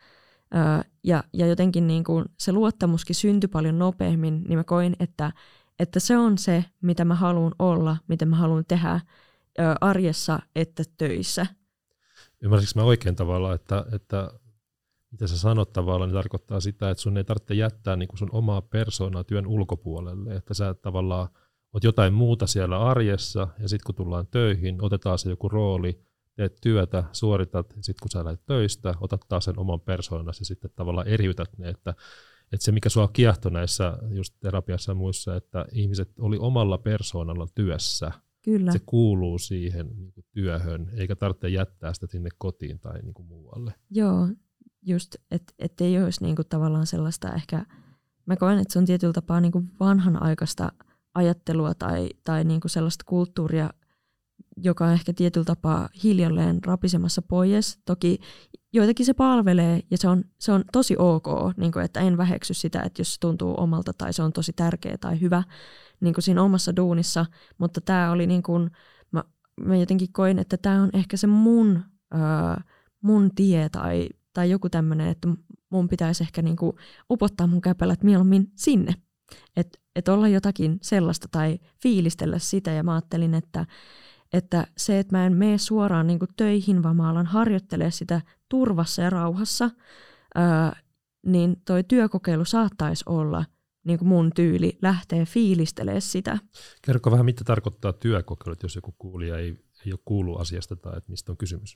Öö, ja, ja jotenkin niin kuin se luottamuskin syntyi paljon nopeammin, niin mä koin, että, että se on se, mitä mä haluan olla, mitä mä haluan tehdä ö, arjessa että töissä. Ymmärsinkö mä oikein tavallaan, että, että mitä sä sanot tavallaan, niin tarkoittaa sitä, että sun ei tarvitse jättää niin kuin sun omaa persoonaa työn ulkopuolelle, että sä tavallaan oot jotain muuta siellä arjessa, ja sitten kun tullaan töihin, otetaan se joku rooli, teet työtä, suoritat, sitten kun sä lähdet töistä, otat taas sen oman persoonasi ja sitten tavallaan eriytät ne, että, että se mikä sua kiehtoi näissä just terapiassa ja muissa, että ihmiset oli omalla persoonalla työssä. Kyllä. Se kuuluu siihen niin kuin työhön, eikä tarvitse jättää sitä sinne kotiin tai niin kuin muualle. Joo, just, että et ei olisi niin kuin tavallaan sellaista ehkä, mä koen, että se on tietyllä tapaa niin kuin vanhanaikaista ajattelua tai, tai niin kuin sellaista kulttuuria, joka on ehkä tietyllä tapaa hiljalleen rapisemassa pois. Toki joitakin se palvelee ja se on, se on tosi ok, niin kuin, että en väheksy sitä, että jos se tuntuu omalta tai se on tosi tärkeä tai hyvä niin kuin siinä omassa duunissa, mutta tämä oli niin kuin, mä, mä jotenkin koin, että tämä on ehkä se mun, ää, mun tie tai, tai joku tämmöinen, että mun pitäisi ehkä niin kuin upottaa mun käpälät mieluummin sinne, että et olla jotakin sellaista tai fiilistellä sitä ja mä ajattelin, että Että se, että mä en mene suoraan niin kuin töihin, vaan mä alan harjoittelemaan sitä turvassa ja rauhassa, ää, niin toi työkokeilu saattaisi olla niin kuin mun tyyli lähteä fiilistelemään sitä. Kerro vähän, mitä tarkoittaa työkokeilut, jos joku kuulija ei, ei ole kuullut asiasta tai että mistä on kysymys?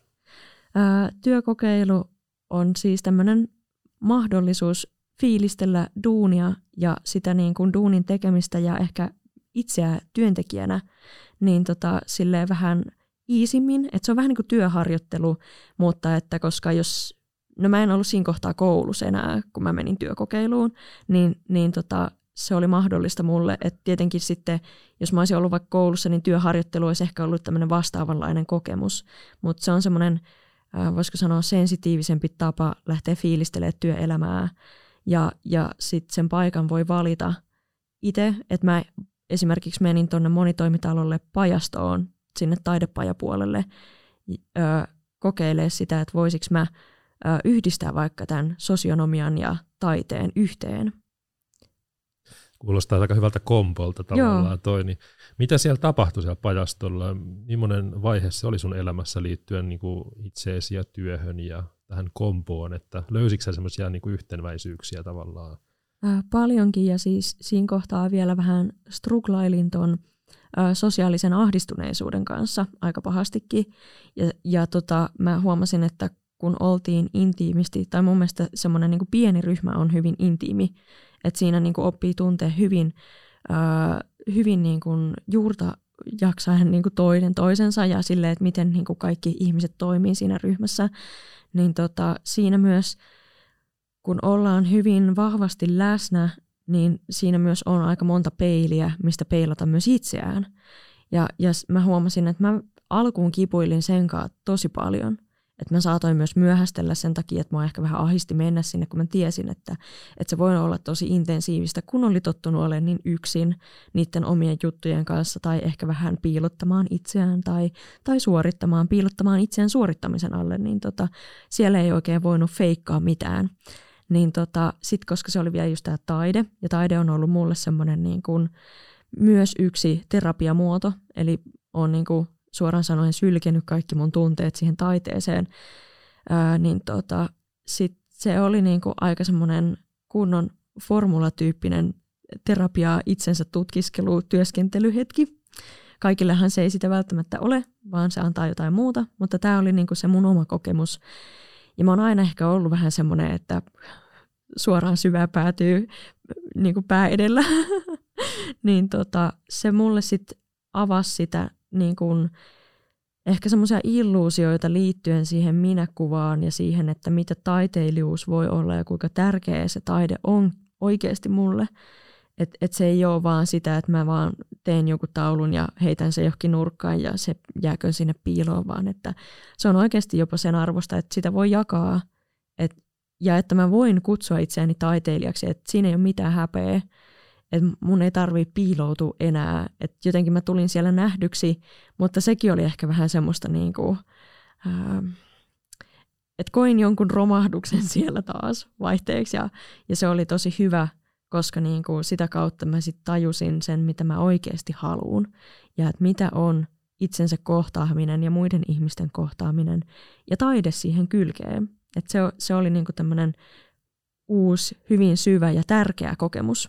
Ää, työkokeilu on siis tämmöinen mahdollisuus fiilistellä duunia ja sitä niin kuin duunin tekemistä ja ehkä itseä työntekijänä, niin tota, silleen vähän iisimmin, että se on vähän niin kuin työharjoittelu, mutta että koska jos, no mä en ollut siinä kohtaa koulussa enää, kun mä menin työkokeiluun, niin, niin tota, se oli mahdollista mulle, että tietenkin sitten, jos mä olisin ollut vaikka koulussa, niin työharjoittelu olisi ehkä ollut tämmöinen vastaavanlainen kokemus, mutta se on semmoinen, äh, voisiko sanoa sensitiivisempi tapa lähteä fiilistelemään työelämää, ja, ja sitten sen paikan voi valita itse, että mä esimerkiksi menin tuonne monitoimitalolle pajastoon, sinne taidepajapuolelle, öö, kokeilemaan sitä, että voisiko mä öö, yhdistää vaikka tämän sosionomian ja taiteen yhteen. Kuulostaa aika hyvältä kompolta tavallaan toi. Niin mitä siellä tapahtui siellä pajastolla? Millainen vaihe se oli sun elämässä liittyen niin kuin itseesi ja työhön ja tähän kompoon? Että löysitkö sä semmoisia niin kuin yhtenväisyyksiä tavallaan? Paljonkin ja siis siinä kohtaa vielä vähän struglailin ton ä, sosiaalisen ahdistuneisuuden kanssa aika pahastikin. Ja, ja tota, mä huomasin, että kun oltiin intiimisti, tai mun mielestä semmoinen niin kuin pieni ryhmä on hyvin intiimi, että siinä niin kuin oppii tuntea hyvin, ä, hyvin niin kuin juurta jaksaen niin kuin toinen toisensa ja silleen, että miten niin kuin kaikki ihmiset toimii siinä ryhmässä, niin tota, siinä myös kun ollaan hyvin vahvasti läsnä, niin siinä myös on aika monta peiliä, mistä peilata myös itseään. Ja, ja mä huomasin, että mä alkuun kipuilin sen kanssa tosi paljon. Että mä saatoin myös myöhästellä sen takia, että mä ehkä vähän ahisti mennä sinne, kun mä tiesin, että, että se voi olla tosi intensiivistä, kun oli tottunut olemaan niin yksin niiden omien juttujen kanssa tai ehkä vähän piilottamaan itseään tai, tai suorittamaan, piilottamaan itseään suorittamisen alle, niin tota, siellä ei oikein voinut feikkaa mitään. Niin tota, sit koska se oli vielä just tämä taide, ja taide on ollut mulle semmoinen niin kuin myös yksi terapiamuoto, eli on niin kuin suoraan sanoen sylkenyt kaikki mun tunteet siihen taiteeseen, ää, niin tota, sit se oli niin kuin aika semmoinen kunnon formulatyyppinen terapiaa, itsensä tutkiskelu, työskentelyhetki. Kaikillehan se ei sitä välttämättä ole, vaan se antaa jotain muuta, mutta tämä oli niinku se mun oma kokemus. Ja mä oon aina ehkä ollut vähän semmoinen, että suoraan syvään päätyy niinku pää edellä. niin tota, se mulle sitten avasi sitä niinku, ehkä semmoisia illuusioita liittyen siihen minäkuvaan ja siihen, että mitä taiteilijuus voi olla ja kuinka tärkeä se taide on oikeasti mulle. Että et se ei ole vaan sitä, että mä vaan teen joku taulun ja heitän se johonkin nurkkaan ja se jääkö sinne piiloon, vaan että se on oikeasti jopa sen arvosta, että sitä voi jakaa et, ja että mä voin kutsua itseäni taiteilijaksi, että siinä ei ole mitään häpeä, että mun ei tarvitse piiloutua enää, että jotenkin mä tulin siellä nähdyksi, mutta sekin oli ehkä vähän semmoista niinku, ää, että koin jonkun romahduksen siellä taas vaihteeksi ja, ja se oli tosi hyvä, koska niin kuin sitä kautta mä sit tajusin sen, mitä mä oikeasti haluan ja että mitä on itsensä kohtaaminen ja muiden ihmisten kohtaaminen ja taide siihen kylkeen. Että se, se oli niin kuin tämmöinen uusi, hyvin syvä ja tärkeä kokemus.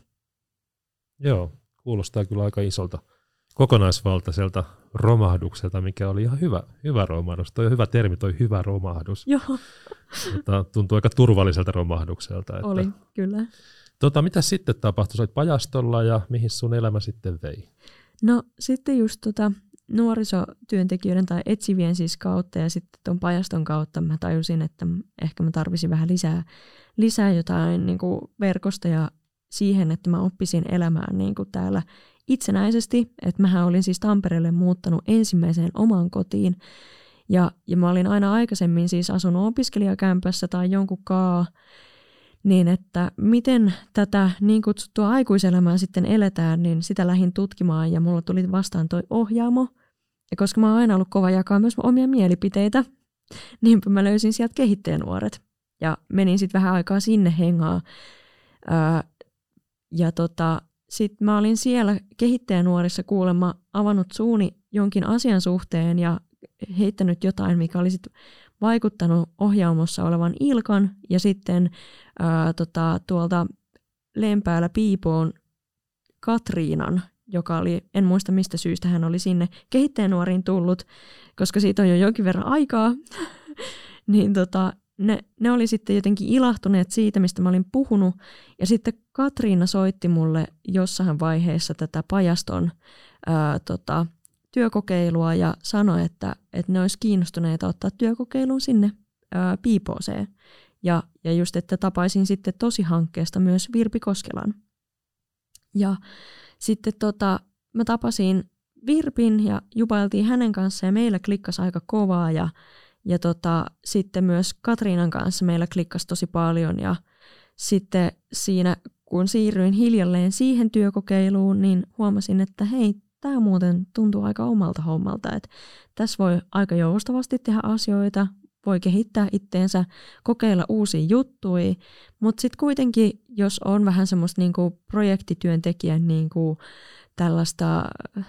Joo, kuulostaa kyllä aika isolta kokonaisvaltaiselta romahdukselta, mikä oli ihan hyvä, hyvä romahdus. Toi on hyvä termi, toi hyvä romahdus. Joo. Mutta tuntuu aika turvalliselta romahdukselta. Että oli, kyllä. Tota, mitä sitten tapahtui? Soit pajastolla ja mihin sun elämä sitten vei? No sitten just tota, nuorisotyöntekijöiden tai etsivien siis kautta ja sitten tuon pajaston kautta mä tajusin, että ehkä mä tarvisin vähän lisää, lisää jotain niin kuin verkostoja siihen, että mä oppisin elämään niin kuin täällä itsenäisesti. Että mähän olin siis Tampereelle muuttanut ensimmäiseen omaan kotiin ja, ja mä olin aina aikaisemmin siis asunut opiskelijakämpässä tai jonkun kaa, niin että miten tätä niin kutsuttua aikuiselämää sitten eletään, niin sitä lähdin tutkimaan ja mulla tuli vastaan toi Ohjaamo. Ja koska mä oon aina ollut kova jakaa myös omia mielipiteitä, niinpä mä löysin sieltä kehittäjänuoret. Ja menin sitten vähän aikaa sinne hengaa. Ää, ja tota, sitten mä olin siellä kehittäjänuorissa kuulemma avannut suuni jonkin asian suhteen ja heittänyt jotain, mikä oli sitten vaikuttanut Ohjaamossa olevan Ilkan ja sitten ää, tota, tuolta Lempäällä Piipoon Katriinan, joka oli, en muista mistä syystä hän oli sinne kehittäjänuoriin tullut, koska siitä on jo jonkin verran aikaa, niin tota, ne, ne oli sitten jotenkin ilahtuneet siitä, mistä mä olin puhunut ja sitten Katriina soitti mulle jossain vaiheessa tätä pajaston ää, tota, työkokeilua ja sanoi, että, että ne olisi kiinnostuneita ottaa työkokeiluun sinne ää, Piipooseen. Ja, ja just, että tapaisin sitten Tosi-hankkeesta myös Virpi Koskelan. Ja sitten tota, mä tapasin Virpin ja jupailtiin hänen kanssa ja meillä klikkasi aika kovaa. Ja, ja tota, sitten myös Katriinan kanssa meillä klikkasi tosi paljon. Ja sitten siinä, kun siirryin hiljalleen siihen työkokeiluun, niin huomasin, että hei, tämä muuten tuntuu aika omalta hommalta, että tässä voi aika joustavasti tehdä asioita, voi kehittää itteensä, kokeilla uusia juttuja, mutta sitten kuitenkin, jos on vähän semmoista niinku projektityöntekijän niinku tällaista,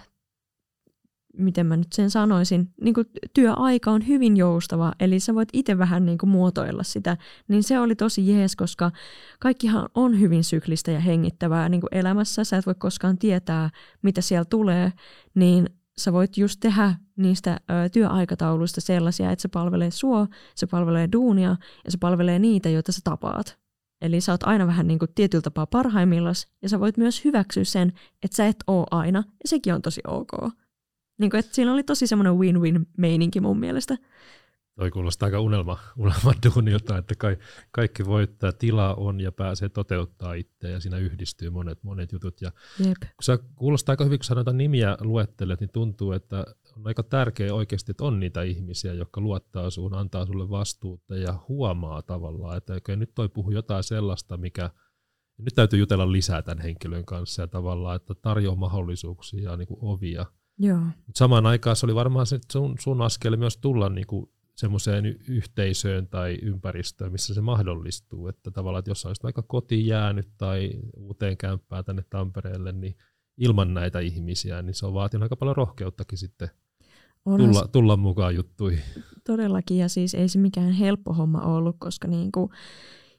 miten mä nyt sen sanoisin, niinku työaika on hyvin joustava, eli sä voit itse vähän niinku muotoilla sitä, niin se oli tosi jees, koska kaikkihan on hyvin syklistä ja hengittävää niinku elämässä, sä et voi koskaan tietää, mitä siellä tulee, niin sä voit just tehdä niistä ö, työaikatauluista sellaisia, että se palvelee sua, se palvelee duunia ja se palvelee niitä, joita sä tapaat. Eli sä oot aina vähän niin kuin tietyllä tapaa parhaimmillas ja sä voit myös hyväksyä sen, että sä et oo aina ja sekin on tosi ok. Niin kuin, että siinä oli tosi semmoinen win-win-meininki mun mielestä. Toi kuulostaa aika unelma, unelma duunilta, että ka- kaikki voittaa, tilaa on ja pääsee toteuttaa itse ja siinä yhdistyy monet, monet jutut. Ja Jep. kun sä kuulostaa aika hyvin, kun sä noita nimiä luettelet, niin tuntuu, että on aika tärkeää oikeasti, että on niitä ihmisiä, jotka luottaa suun, antaa sulle vastuuta ja huomaa tavallaan, että okay, nyt toi puhuu jotain sellaista, mikä nyt täytyy jutella lisää tämän henkilön kanssa ja tavallaan, että tarjoaa mahdollisuuksia ja niin kuin ovia. Joo. Mut samaan aikaan se oli varmaan se sun, sun askel myös tulla niin kuin semmoiseen yhteisöön tai ympäristöön, missä se mahdollistuu, että tavallaan, että jos olisit vaikka kotiin jäänyt tai uuteen kämppään tänne Tampereelle, niin ilman näitä ihmisiä, niin se on vaatinut aika paljon rohkeuttakin sitten tulla, tulla mukaan juttuihin. Todellakin, ja siis ei se mikään helppo homma ollut, koska niin kuin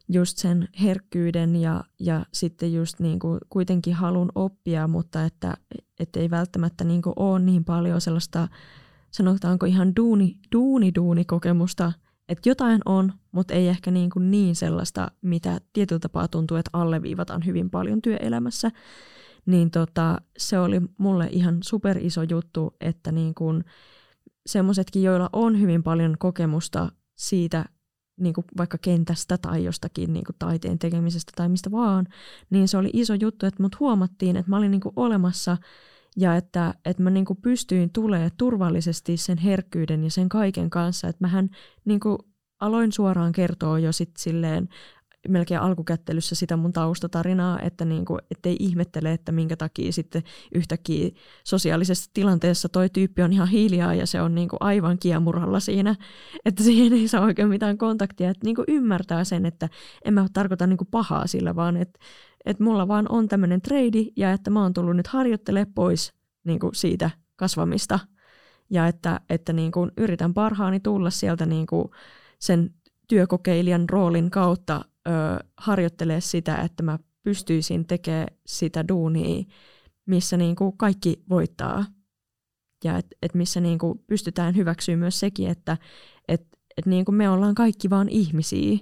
just sen herkkyyden ja, ja sitten just niin kuin kuitenkin halun oppia, mutta että et ei välttämättä niin kuin ole niin paljon sellaista, sanotaanko ihan duuni, duuni, duuni kokemusta, että jotain on, mutta ei ehkä niin, kuin niin sellaista, mitä tietyllä tapaa tuntuu, että alleviivataan hyvin paljon työelämässä. Niin tota, se oli mulle ihan super iso juttu, että niin kuin semmoisetkin, joilla on hyvin paljon kokemusta siitä, niin kuin vaikka kentästä tai jostakin niin kuin taiteen tekemisestä tai mistä vaan, niin se oli iso juttu, että mut huomattiin, että mä olin niin kuin olemassa ja että, että mä niin kuin pystyin tulemaan turvallisesti sen herkkyyden ja sen kaiken kanssa, että mähän niin kuin aloin suoraan kertoa jo sit silleen melkein alkukättelyssä sitä mun taustatarinaa, että niinku, ettei ihmettele, että minkä takia sitten yhtäkkiä sosiaalisessa tilanteessa toi tyyppi on ihan hiljaa ja se on niinku aivan kiemuralla siinä, että siihen ei saa oikein mitään kontaktia, että niinku ymmärtää sen, että en mä tarkoita niinku pahaa sillä, vaan että et mulla vaan on tämmöinen treidi ja että mä oon tullut nyt harjoittelemaan pois niinku siitä kasvamista ja että, että niinku yritän parhaani tulla sieltä niinku sen työkokeilijan roolin kautta ö, harjoittelee sitä, että mä pystyisin tekemään sitä duunia, missä niinku kaikki voittaa. Ja että et missä niinku pystytään hyväksyä myös sekin, että et, et niinku me ollaan kaikki vaan ihmisiä.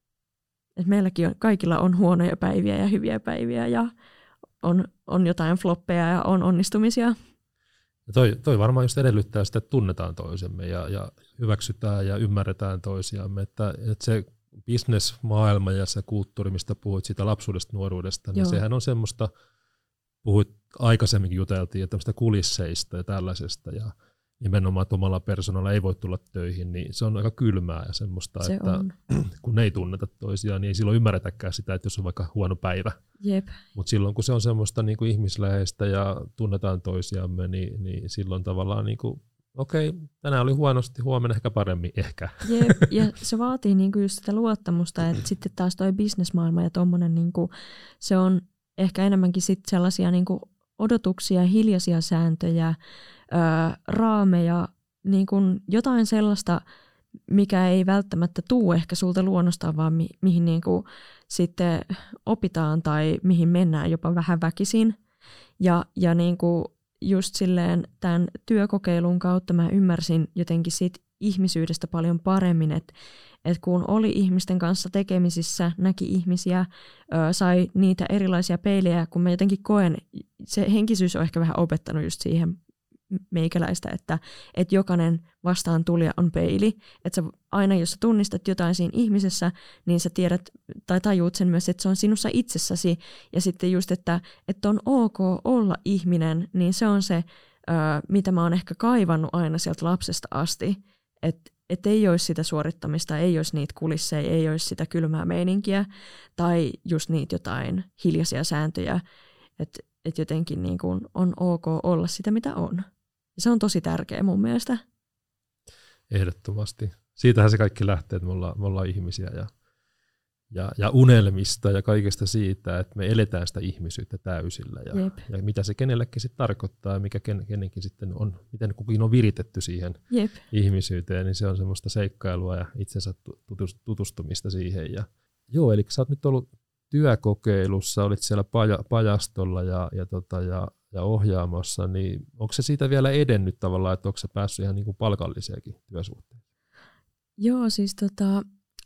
Et meilläkin on, kaikilla on huonoja päiviä ja hyviä päiviä ja on, on jotain floppeja ja on onnistumisia. Ja toi, toi varmaan just edellyttää sitä, että tunnetaan toisemme ja, ja hyväksytään ja ymmärretään toisiamme. Että, että se business-maailma ja se kulttuuri, mistä puhuit siitä lapsuudesta, nuoruudesta, niin Joo. sehän on semmoista, puhuit aikaisemminkin juteltiin, että tämmöistä kulisseista ja tällaisesta ja nimenomaan, että omalla persoonalla ei voi tulla töihin, niin se on aika kylmää ja semmoista, se että on. Kun ei tunneta toisiaan, niin ei silloin ymmärretäkään sitä, että jos on vaikka huono päivä. Mutta silloin, kun se on semmoista niin kuin ihmisläheistä ja tunnetaan toisiamme, niin, niin silloin tavallaan niin kuin, okei, tänään oli huonosti, huomenna ehkä paremmin, ehkä. Jep, ja se vaatii niin kuin just sitä luottamusta, että sitten taas toi bisnesmaailma ja tommonen, niin kuin, se on ehkä enemmänkin sit sellaisia niin kuin odotuksia, hiljaisia sääntöjä, Öö, raameja, niin kuin jotain sellaista, mikä ei välttämättä tuu ehkä sulta luonnostaan, vaan mi- mihin niin kuin sitten opitaan tai mihin mennään jopa vähän väkisin. Ja, ja niin kuin just silleen tämän työkokeilun kautta mä ymmärsin jotenkin siitä ihmisyydestä paljon paremmin, että että kun oli ihmisten kanssa tekemisissä, näki ihmisiä, ö, sai niitä erilaisia peilejä, kun mä jotenkin koen, se henkisyys on ehkä vähän opettanut just siihen meikäläistä, että, että jokainen vastaan tulija on peili. Että sä aina, jos sä tunnistat jotain siinä ihmisessä, niin sä tiedät tai tajuut sen myös, että se on sinussa itsessäsi. Ja sitten just, että, että on ok olla ihminen, niin se on se, ö, mitä mä oon ehkä kaivannut aina sieltä lapsesta asti. Että et ei olisi sitä suorittamista, ei olisi niitä kulisseja, ei olisi sitä kylmää meininkiä tai just niitä jotain hiljaisia sääntöjä. Että et jotenkin niin kuin on ok olla sitä, mitä on. Ja se on tosi tärkeä mun mielestä. Ehdottomasti. Siitähän se kaikki lähtee, että me ollaan, me ollaan ihmisiä ja, ja, ja unelmista ja kaikesta siitä, että me eletään sitä ihmisyyttä täysillä. Ja, ja mitä se kenellekin sitten tarkoittaa ja mikä ken, kenenkin sitten on, miten kukin on viritetty siihen Jep. ihmisyyteen, niin se on semmoista seikkailua ja itsensä tutustumista siihen. Ja, joo, eli sä oot nyt ollut työkokeilussa, olit siellä paja, pajastolla ja, ja, tota, ja, ja ohjaamossa, niin onko se siitä vielä edennyt tavallaan, että onko se päässyt ihan niin kuin palkallisiakin työsuhteisiin? Joo, siis tota,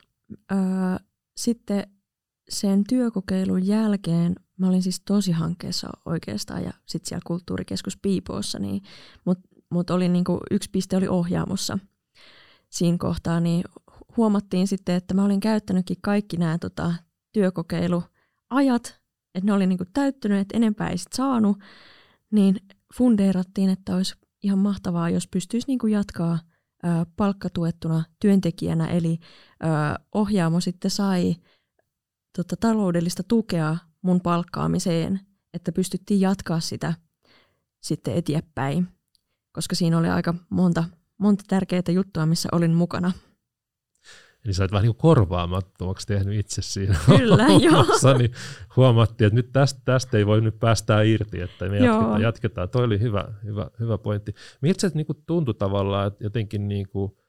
ää, sitten sen työkokeilun jälkeen, mä olin siis tosi hankkeessa oikeastaan ja sitten siellä kulttuurikeskus Piipoossa, niin, mutta mut oli niinku, yksi piste oli ohjaamossa siinä kohtaa, niin huomattiin sitten, että mä olin käyttänytkin kaikki nämä tota, työkokeiluajat, että ne oli niinku täyttynyt, että enempää ei sit saanut, niin fundeerattiin, että olisi ihan mahtavaa, jos pystyisi niinku jatkaa ö, palkkatuettuna työntekijänä, eli ö, ohjaamo sitten sai tota, taloudellista tukea mun palkkaamiseen, että pystyttiin jatkaa sitä sitten eteenpäin, koska siinä oli aika monta, monta tärkeää juttua, missä olin mukana. Eli sä olet vähän niin kuin korvaamattomaksi tehnyt itse siinä Kyllä, hommassa, niin huomattiin, että nyt tästä, tästä ei voi nyt päästää irti, että me jatketaan, jatketaan. Toi oli hyvä, hyvä, hyvä pointti. Miltä se niin kuin tuntui tavallaan, että jotenkin niin kuin,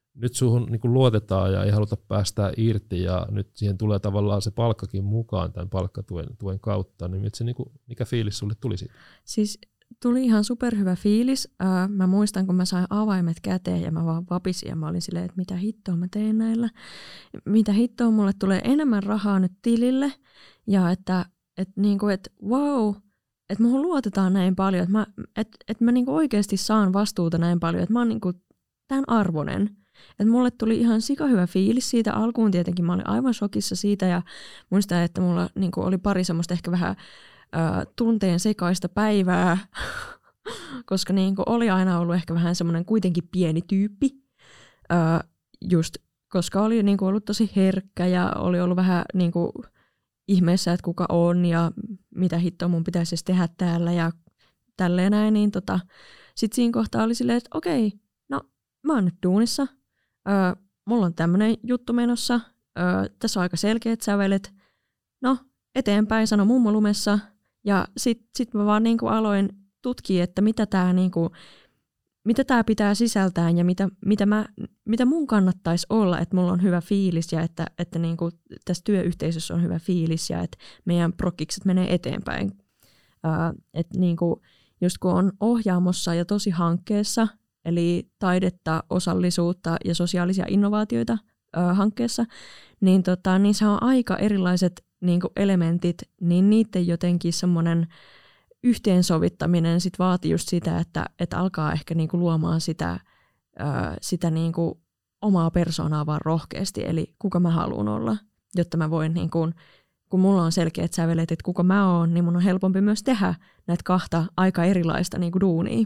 nyt suhun niin kuin luotetaan ja ei haluta päästää irti ja nyt siihen tulee tavallaan se palkkakin mukaan tämän palkkatuen tuen kautta, niin, se, niin kuin, mikä fiilis sulle tuli siitä? Siis tuli ihan superhyvä fiilis. Äh, mä muistan, kun mä sain avaimet käteen ja mä vaan vapisin ja mä olin silleen, että mitä hittoa mä teen näillä. Mitä hittoa, mulle tulee enemmän rahaa nyt tilille ja että et niinku, et, wow, että muhun luotetaan näin paljon, että mä, et, et mä niinku oikeasti saan vastuuta näin paljon, että mä oon niinku tämän arvoinen. Et mulle tuli ihan sikahyvä fiilis siitä alkuun, tietenkin mä olin aivan shokissa siitä ja muistan, että mulla niinku oli pari semmoista ehkä vähän ä, tunteen sekaista päivää, koska niinku oli aina ollut ehkä vähän semmoinen kuitenkin pieni tyyppi, ä, just koska oli niinku ollut tosi herkkä ja oli ollut vähän niinku ihmeessä, että kuka on ja mitä hittoa mun pitäisi edes tehdä täällä ja tälleen näin, niin tota, sit siinä kohtaa oli silleen, että okei, no mä oon nyt duunissa, öö, mulla on tämmönen juttu menossa, öö, tässä on aika selkeät sävelet, no eteenpäin sano mummo lumessa ja sit, sit mä vaan niinku aloin tutkia, että mitä tää niinku, mitä tää pitää sisältää ja mitä, mitä, mä, mitä mun kannattaisi olla, että mulla on hyvä fiilis ja että, että niinku tässä työyhteisössä on hyvä fiilis ja että meidän prokkikset menee eteenpäin. Ää, että niinku, just kun on ohjaamossa ja tosi hankkeessa, eli taidetta, osallisuutta ja sosiaalisia innovaatioita ää, hankkeessa, niin tota, niissä on aika erilaiset niinku elementit, niin niiden jotenkin semmoinen yhteensovittaminen sit vaatii just sitä, että, että alkaa ehkä niinku luomaan sitä, ää, sitä niinku omaa persoonaa vaan rohkeasti, eli kuka mä haluan olla, jotta mä voin, niinku, kun mulla on selkeät sävelet, että kuka mä oon, niin mun on helpompi myös tehdä näitä kahta aika erilaista niinku duunia.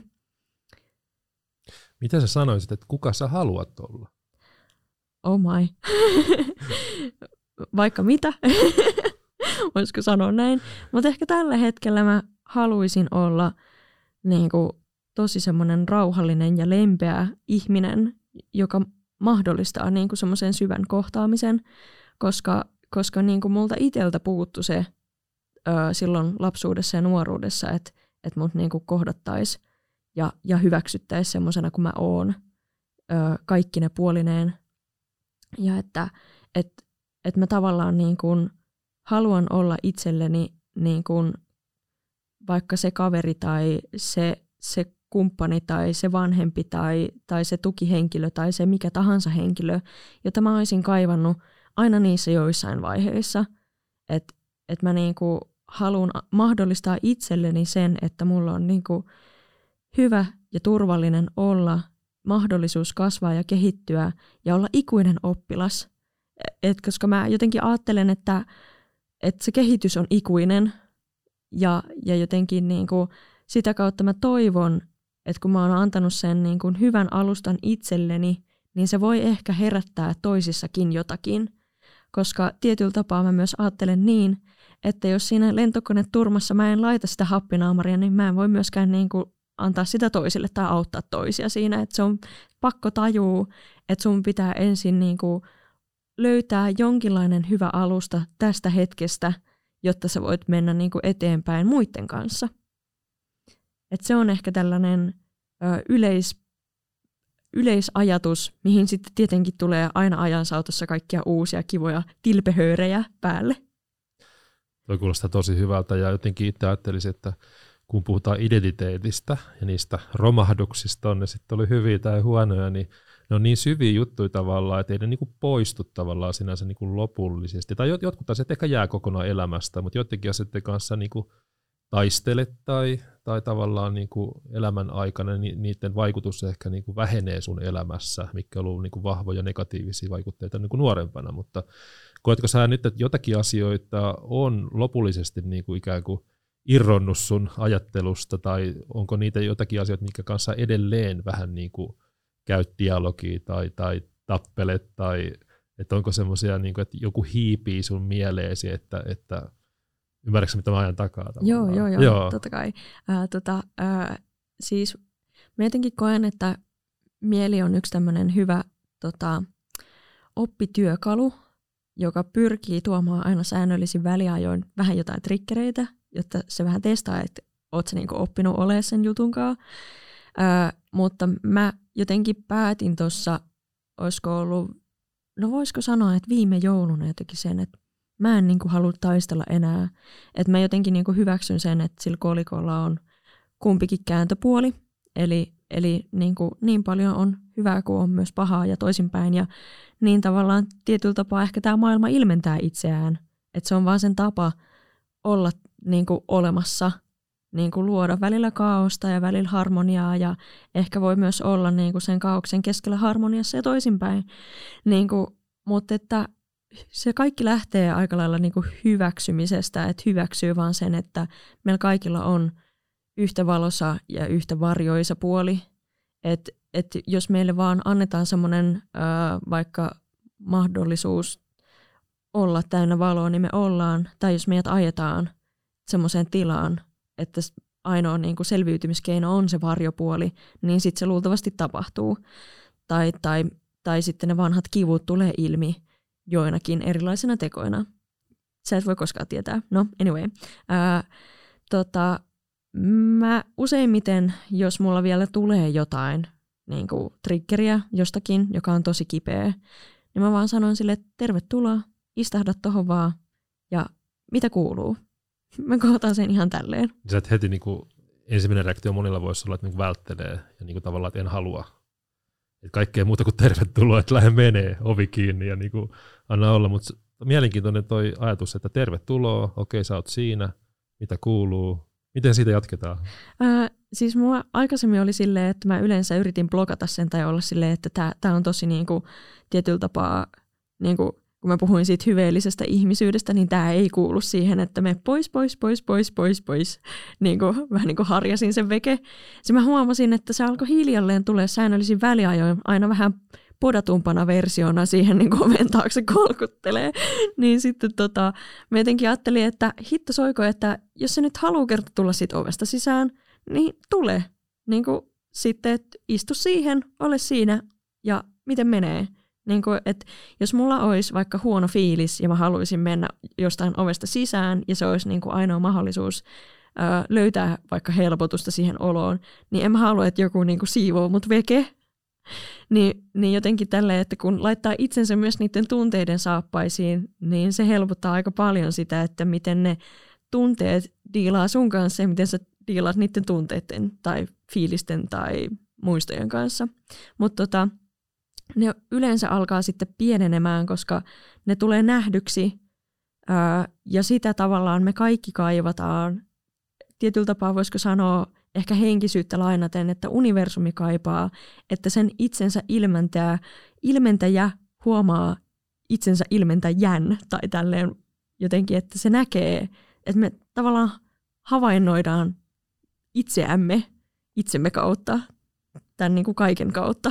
Mitä sä sanoisit, että kuka sä haluat olla? Oh my. Vaikka mitä. Voisiko sanoa näin. Mutta ehkä tällä hetkellä mä haluaisin olla niin kuin, tosi semmoinen rauhallinen ja lempeä ihminen, joka mahdollistaa niin kuin semmoisen syvän kohtaamisen, koska, koska niin kuin multa itseltä puuttu se ö, silloin lapsuudessa ja nuoruudessa, että et mut niin kuin kohdattaisi ja, ja hyväksyttäisi semmoisena kuin mä oon ö, kaikkine puolineen. Ja että et, et mä tavallaan niin kuin haluan olla itselleni niin kuin vaikka se kaveri tai se, se kumppani tai se vanhempi tai, tai se tukihenkilö tai se mikä tahansa henkilö, jota mä olisin kaivannut aina niissä joissain vaiheissa. Että et mä niinku haluan mahdollistaa itselleni sen, että mulla on niinku hyvä ja turvallinen olla, mahdollisuus kasvaa ja kehittyä ja olla ikuinen oppilas. Et koska mä jotenkin ajattelen, että, että se kehitys on ikuinen ja, ja jotenkin niinku sitä kautta mä toivon, että kun mä oon antanut sen niinku hyvän alustan itselleni, niin se voi ehkä herättää toisissakin jotakin. Koska tietyllä tapaa mä myös ajattelen niin, että jos siinä lentokoneturmassa mä en laita sitä happinaamaria, niin mä en voi myöskään niinku antaa sitä toisille tai auttaa toisia siinä. Että se on pakko tajua, että sun pitää ensin niinku löytää jonkinlainen hyvä alusta tästä hetkestä, jotta sä voit mennä niinku eteenpäin muiden kanssa. Et se on ehkä tällainen ö, yleis, yleisajatus, mihin sitten tietenkin tulee aina ajan saatossa kaikkia uusia kivoja tilpehöörejä päälle. Toi kuulostaa tosi hyvältä ja jotenkin itse ajattelisin, että kun puhutaan identiteetistä ja niistä romahduksista, on ne sitten oli hyviä tai huonoja, niin ne on niin syviä juttuja tavallaan, että ei ne niinku poistu tavallaan sinänsä niinku lopullisesti. Tai jotkut asiat ehkä jää kokonaan elämästä, mutta jotenkin asioiden kanssa niinku taistele tai, tai tavallaan niinku elämän aikana niin niiden vaikutus ehkä niinku vähenee sun elämässä, mikä on ollut niinku vahvoja negatiivisia vaikutteita niinku nuorempana. Mutta koetko sä nyt, että jotakin asioita on lopullisesti niinku ikään kuin irronnut sun ajattelusta, tai onko niitä jotakin asioita, mitkä kanssa edelleen vähän niin kuin käyt dialogia tai, tai tappelet, tai että onko semmoisia, niin että joku hiipii sun mieleesi, että, että ymmärrätkö mitä mä ajan takaa? Joo, joo, joo, joo, totta kai. Äh, tota, äh, siis mä jotenkin koen, että mieli on yksi tämmöinen hyvä tota, oppityökalu, joka pyrkii tuomaan aina säännöllisin väliajoin vähän jotain triggereitä, jotta se vähän testaa, että oot sä niinku oppinut olemaan sen jutunkaan. Öö, mutta mä jotenkin päätin tuossa olisiko ollut, no voisiko sanoa, että viime jouluna jotenkin sen, että mä en niin kuin halua taistella enää. Että mä jotenkin niin kuin hyväksyn sen, että sillä kolikolla on kumpikin kääntöpuoli. Eli, eli niin, kuin niin paljon on hyvää kuin on myös pahaa ja toisinpäin. Ja niin tavallaan tietyllä tapaa ehkä tämä maailma ilmentää itseään. Että se on vaan sen tapa olla niin kuin olemassa, niin kuin luoda välillä kaaosta ja välillä harmoniaa. Ja ehkä voi myös olla niin kuin sen kaaoksen keskellä harmoniassa ja toisinpäin. Niin kuin, mutta että se kaikki lähtee aika lailla niin kuin hyväksymisestä, että hyväksyy vaan sen, että meillä kaikilla on yhtä valoisa ja yhtä varjoisa puoli. Että et jos meille vaan annetaan semmoinen vaikka mahdollisuus olla täynnä valoa, niin me ollaan. Tai jos meidät ajetaan semmoiseen tilaan, että ainoa niin kuin selviytymiskeino on se varjopuoli, niin sitten se luultavasti tapahtuu. Tai, tai, tai sitten ne vanhat kivut tulee ilmi joinakin erilaisina tekoina. Sä et voi koskaan tietää. No, anyway. Ää, tota, mä useimmiten, jos mulla vielä tulee jotain niin kuin triggeriä jostakin, joka on tosi kipeä, niin mä vaan sanon sille, että tervetuloa, istahda tohon vaan, ja mitä kuuluu? Mä kohtaan sen ihan tälleen. Sä et heti niin kuin, ensimmäinen reaktio monilla voisi olla, että niin kuin välttelee, ja niin kuin tavallaan, että en halua. Että kaikkea muuta kuin tervetuloa, että lähde menee, ovi kiinni ja niin kuin anna olla. Mutta mielenkiintoinen toi ajatus, että tervetuloa, okei sä oot siinä, mitä kuuluu, miten siitä jatketaan? Ää, siis mulla aikaisemmin oli silleen, että mä yleensä yritin blokata sen tai olla silleen, että tää, tää on tosi niinku, tietyllä tapaa, niinku, kun mä puhuin siitä hyveellisestä ihmisyydestä, niin tää ei kuulu siihen, että me pois, pois, pois, pois, pois, pois. Niinku, vähän niin kuin harjasin sen veke. Sitten mä huomasin, että se alkoi hiljalleen tulee säännöllisin väliajoin aina vähän podatumpana versiona siihen niin kuin oven taakse kolkuttelee. Niin sitten tota, mä jotenkin ajattelin, että hitto soiko, että jos sä nyt haluaa kerta tulla siitä ovesta sisään, niin tule. Niin kuin sitten, että istu siihen, ole siinä ja miten menee. Niin kuin, että jos mulla olisi vaikka huono fiilis ja mä haluaisin mennä jostain ovesta sisään ja se olisi niin kuin ainoa mahdollisuus ää, löytää vaikka helpotusta siihen oloon, niin en mä halua, että joku niin kuin siivoo mut veke. Niin, niin jotenkin tälleen, että kun laittaa itsensä myös niiden tunteiden saappaisiin, niin se helpottaa aika paljon sitä, että miten ne tunteet diilaa sun kanssa ja miten sä diilaat niiden tunteiden tai fiilisten tai muistojen kanssa. Mutta tota, ne yleensä alkaa sitten pienenemään, koska ne tulee nähdyksi ää, ja sitä tavallaan me kaikki kaivataan. Tietyllä tapaa voisiko sanoa ehkä henkisyyttä lainaten, että universumi kaipaa, että sen itsensä ilmentää, ilmentäjä huomaa itsensä ilmentäjän tai tälleen jotenkin, että se näkee, että me tavallaan havainnoidaan itseämme itsemme kautta, tämän niin kuin kaiken kautta.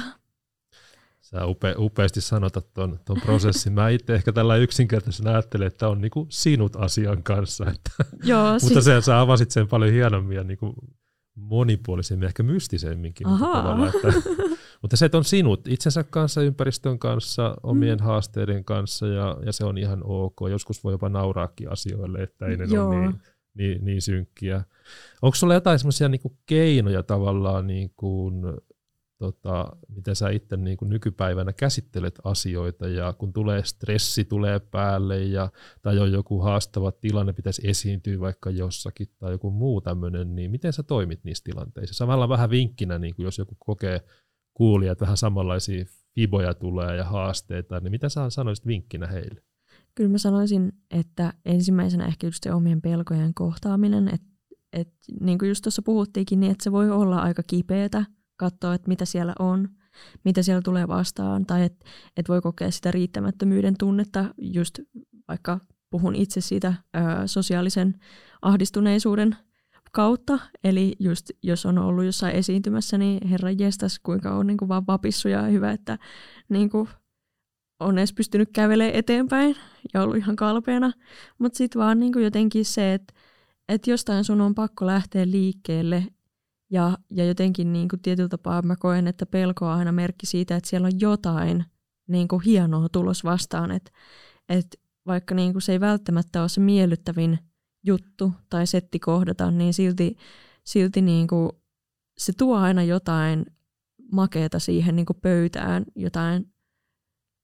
Sä upe, upeasti sanotat ton, ton prosessin. Mä itse ehkä tällä yksinkertaisesti ajattelen, että on niin kuin sinut asian kanssa. Että, Joo, mutta siis... se, sä avasit sen paljon hienommin ja niin kuin monipuolisemmin, ehkä mystisemminkin. Mutta, että, mutta se, että on sinut itsensä kanssa, ympäristön kanssa, omien mm. haasteiden kanssa ja, ja se on ihan ok. Joskus voi jopa nauraakin asioille, että ei ne Joo. ole niin, niin, niin synkkiä. Onko sulla jotain semmoisia niin kuin keinoja tavallaan, niin kuin, tota, miten sä itse niin kuin nykypäivänä käsittelet asioita ja kun tulee stressi tulee päälle ja, tai on joku haastava tilanne, pitäisi esiintyä vaikka jossakin tai joku muu tämmöinen, niin miten sä toimit niissä tilanteissa? Samalla vähän vinkkinä, niin kuin jos joku kokee kuulijat, vähän samanlaisia fiboja tulee ja haasteita, niin mitä sä sanoisit vinkkinä heille? Kyllä mä sanoisin, että ensimmäisenä ehkä just se omien pelkojen kohtaaminen, että et, niin kuin just tuossa puhuttiinkin, niin että se voi olla aika kipeätä katsoa, että mitä siellä on, mitä siellä tulee vastaan, tai että et voi kokea sitä riittämättömyyden tunnetta, just vaikka puhun itse siitä ää, sosiaalisen ahdistuneisuuden kautta, eli just jos on ollut jossain esiintymässä, niin herran jestas, kuinka on niin kuin vaan vapissu ja hyvä, että niin kuin on edes pystynyt kävelemään eteenpäin ja ollut ihan kalpeena, mutta sitten vaan niin kuin jotenkin se, että et jostain sun on pakko lähteä liikkeelle ja, ja jotenkin niin kuin tietyllä tapaa mä koen, että pelko on aina merkki siitä, että siellä on jotain niin kuin hienoa tulos vastaan, että et vaikka niin kuin se ei välttämättä ole se miellyttävin juttu tai setti kohdata, niin silti, silti niin kuin se tuo aina jotain makeata siihen niin kuin pöytään, jotain